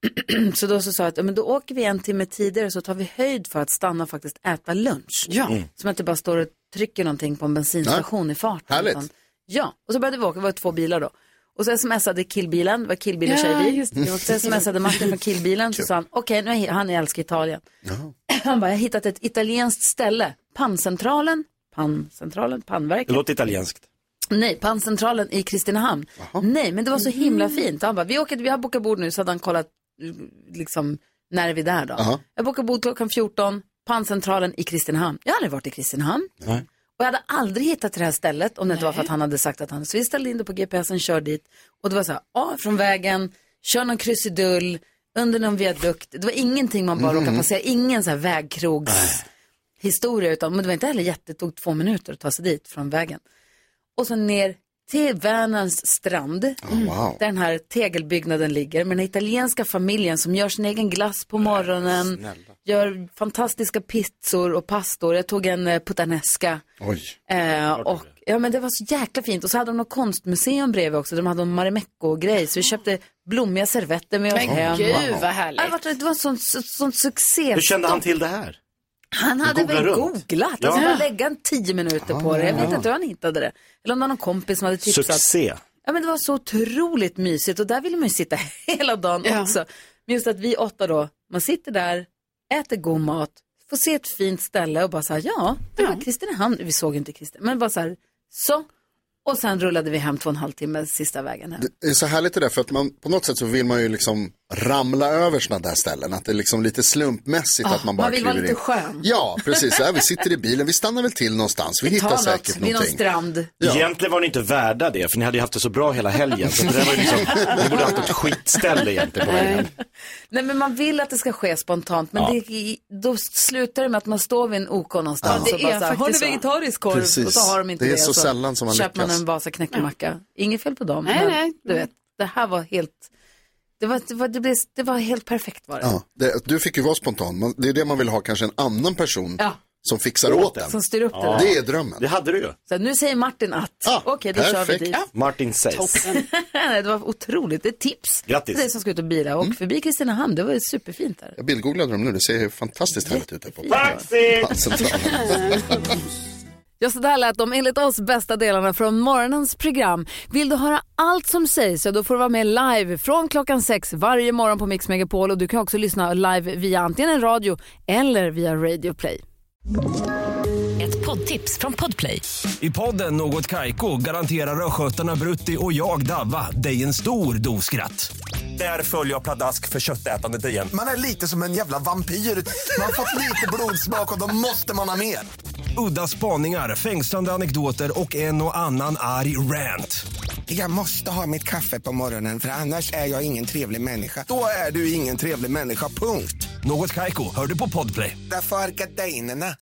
Så då så sa jag att men då åker vi en timme tidigare så tar vi höjd för att stanna och faktiskt äta lunch. Ja. Mm. Som att det bara står och trycker någonting på en bensinstation. Nej. I farten. Härligt. Utan, ja, och så började vi åka, det var två bilar då. Och så smsade killbilen, det var killbil och Ja, tjejbil. just det. Och så smsade Martin från killbilen, så sa han, okej, okay, nu är han älskar Italien. Jaha. Han bara, jag har hittat ett italienskt ställe. Panncentralen, panncentralen, pannverket. Det låter italienskt. Nej, panncentralen i Kristinehamn. Jaha. Nej, men det var så himla fint. Han bara, vi åker, vi har bokat bord nu, så hade han kollat liksom, när är vi där då? Jaha. Jag bokade bord klockan fjorton, panncentralen i Kristinehamn. Jag har aldrig varit i Kristinehamn. Nej. Och jag hade aldrig hittat till det här stället om det inte var för att han hade sagt att han... Så vi ställde in det på G P S och kör dit. Och det var så här, ja, från vägen, kör någon krusidull, under någon viadukt. Det var ingenting man bara mm. råkade passera. Ingen så här vägkrogs historia, utan men det var inte heller jätte, det tog två minuter att ta sig dit från vägen. Och så ner till Vänerns strand, oh, wow. där den här tegelbyggnaden ligger, med den italienska familjen som gör sin egen glass på morgonen, Snälla. gör fantastiska pizzor och pastor. Jag tog en eh, puttanesca. Oj. Eh, och, ja, men det var så jäkla fint. Och så hade de något konstmuseum bredvid också. De hade en Marimekko-grej. Så vi köpte blommiga servetter med oss men hem. Gud, wow. vad härligt. Det var, det var en sån, sån, sån succé. Hur kände han till det här? Han hade väl runt. googlat. Ja. Alltså bara lägga en tio minuter på det. Jag vet inte hur han hittade det. Eller om det var någon kompis som hade tipsat. Succé. Ja, men det var så otroligt mysigt. Och där ville man ju sitta hela dagen ja. också. Men just att vi åtta då, man sitter där, äter god mat, får se ett fint ställe och bara så här, ja, det var ja. Kristinehamn. Vi såg inte Kristinehamn, men bara så här, så. Och sen rullade vi hem två och en halv timme sista vägen hem. Det är så härligt det där, för att man på något sätt så vill man ju liksom ramla över sådana där ställen. Att det är liksom lite slumpmässigt oh, att man bara man vill vara lite in. skön. Ja, precis. Ja, vi sitter i bilen, vi stannar väl till någonstans. Vi, vi hittar säkert något, någonting. Vid någon strand. Ja. Egentligen var ni inte värda det, för ni hade ju haft det så bra hela helgen. Så det där var ju liksom, ni borde haft ett skitställe egentligen på vägen. Nej, men man vill att det ska ske spontant. Men ja. det, då slutar det med att man står vid en OK någonstans. Ja. Och bara så här, har du vegetarisk korv? Precis. Och så har de inte det. det. är så, så sällan som man köper lyckas. man en Vasa knäckemacka. Ja. Inget fel på dem. Nej, men, nej. Du vet, det här var helt... Det var, det, var, det, blev, det var helt perfekt var det. Ja, det, du fick ju vara spontan. Man, det är det man vill ha, kanske en annan person ja. som fixar åt den. Som styr upp ja. det. Det är drömmen. Det hade du ju. Så nu säger Martin att. Ja, okej, då perfekt. kör vi dit. Ja. Martin says. Det var otroligt. Det är tips. Grattis. Det är som ska ut och bila. Och mm. förbi Kristinehamn, det var ju superfint där. Jag bildgooglade dem nu, det ser fantastiskt härligt ut. Där på. Taxi! Ja, så där lät de enligt oss bästa delarna från morgonens program. Vill du höra allt som sägs så då får du vara med live från klockan sex varje morgon på Mix Megapol. Och du kan också lyssna live via antingen en radio eller via Radio Play. Ett poddtips från Podplay. I podden Något Kaiko garanterar röskötarna Brutti och jag Davva dig en stor doskratt. Där följer jag pladask för köttätandet igen. Man är lite som en jävla vampyr. Man har fått lite blodsmak och då måste man ha mer. Udda spaningar, fängslande anekdoter och en och annan arg rant. Jag måste ha mitt kaffe på morgonen för annars är jag ingen trevlig människa. Då är du ingen trevlig människa, punkt. Något Kaiko, hör du på Podplay. Därför är gardinerna.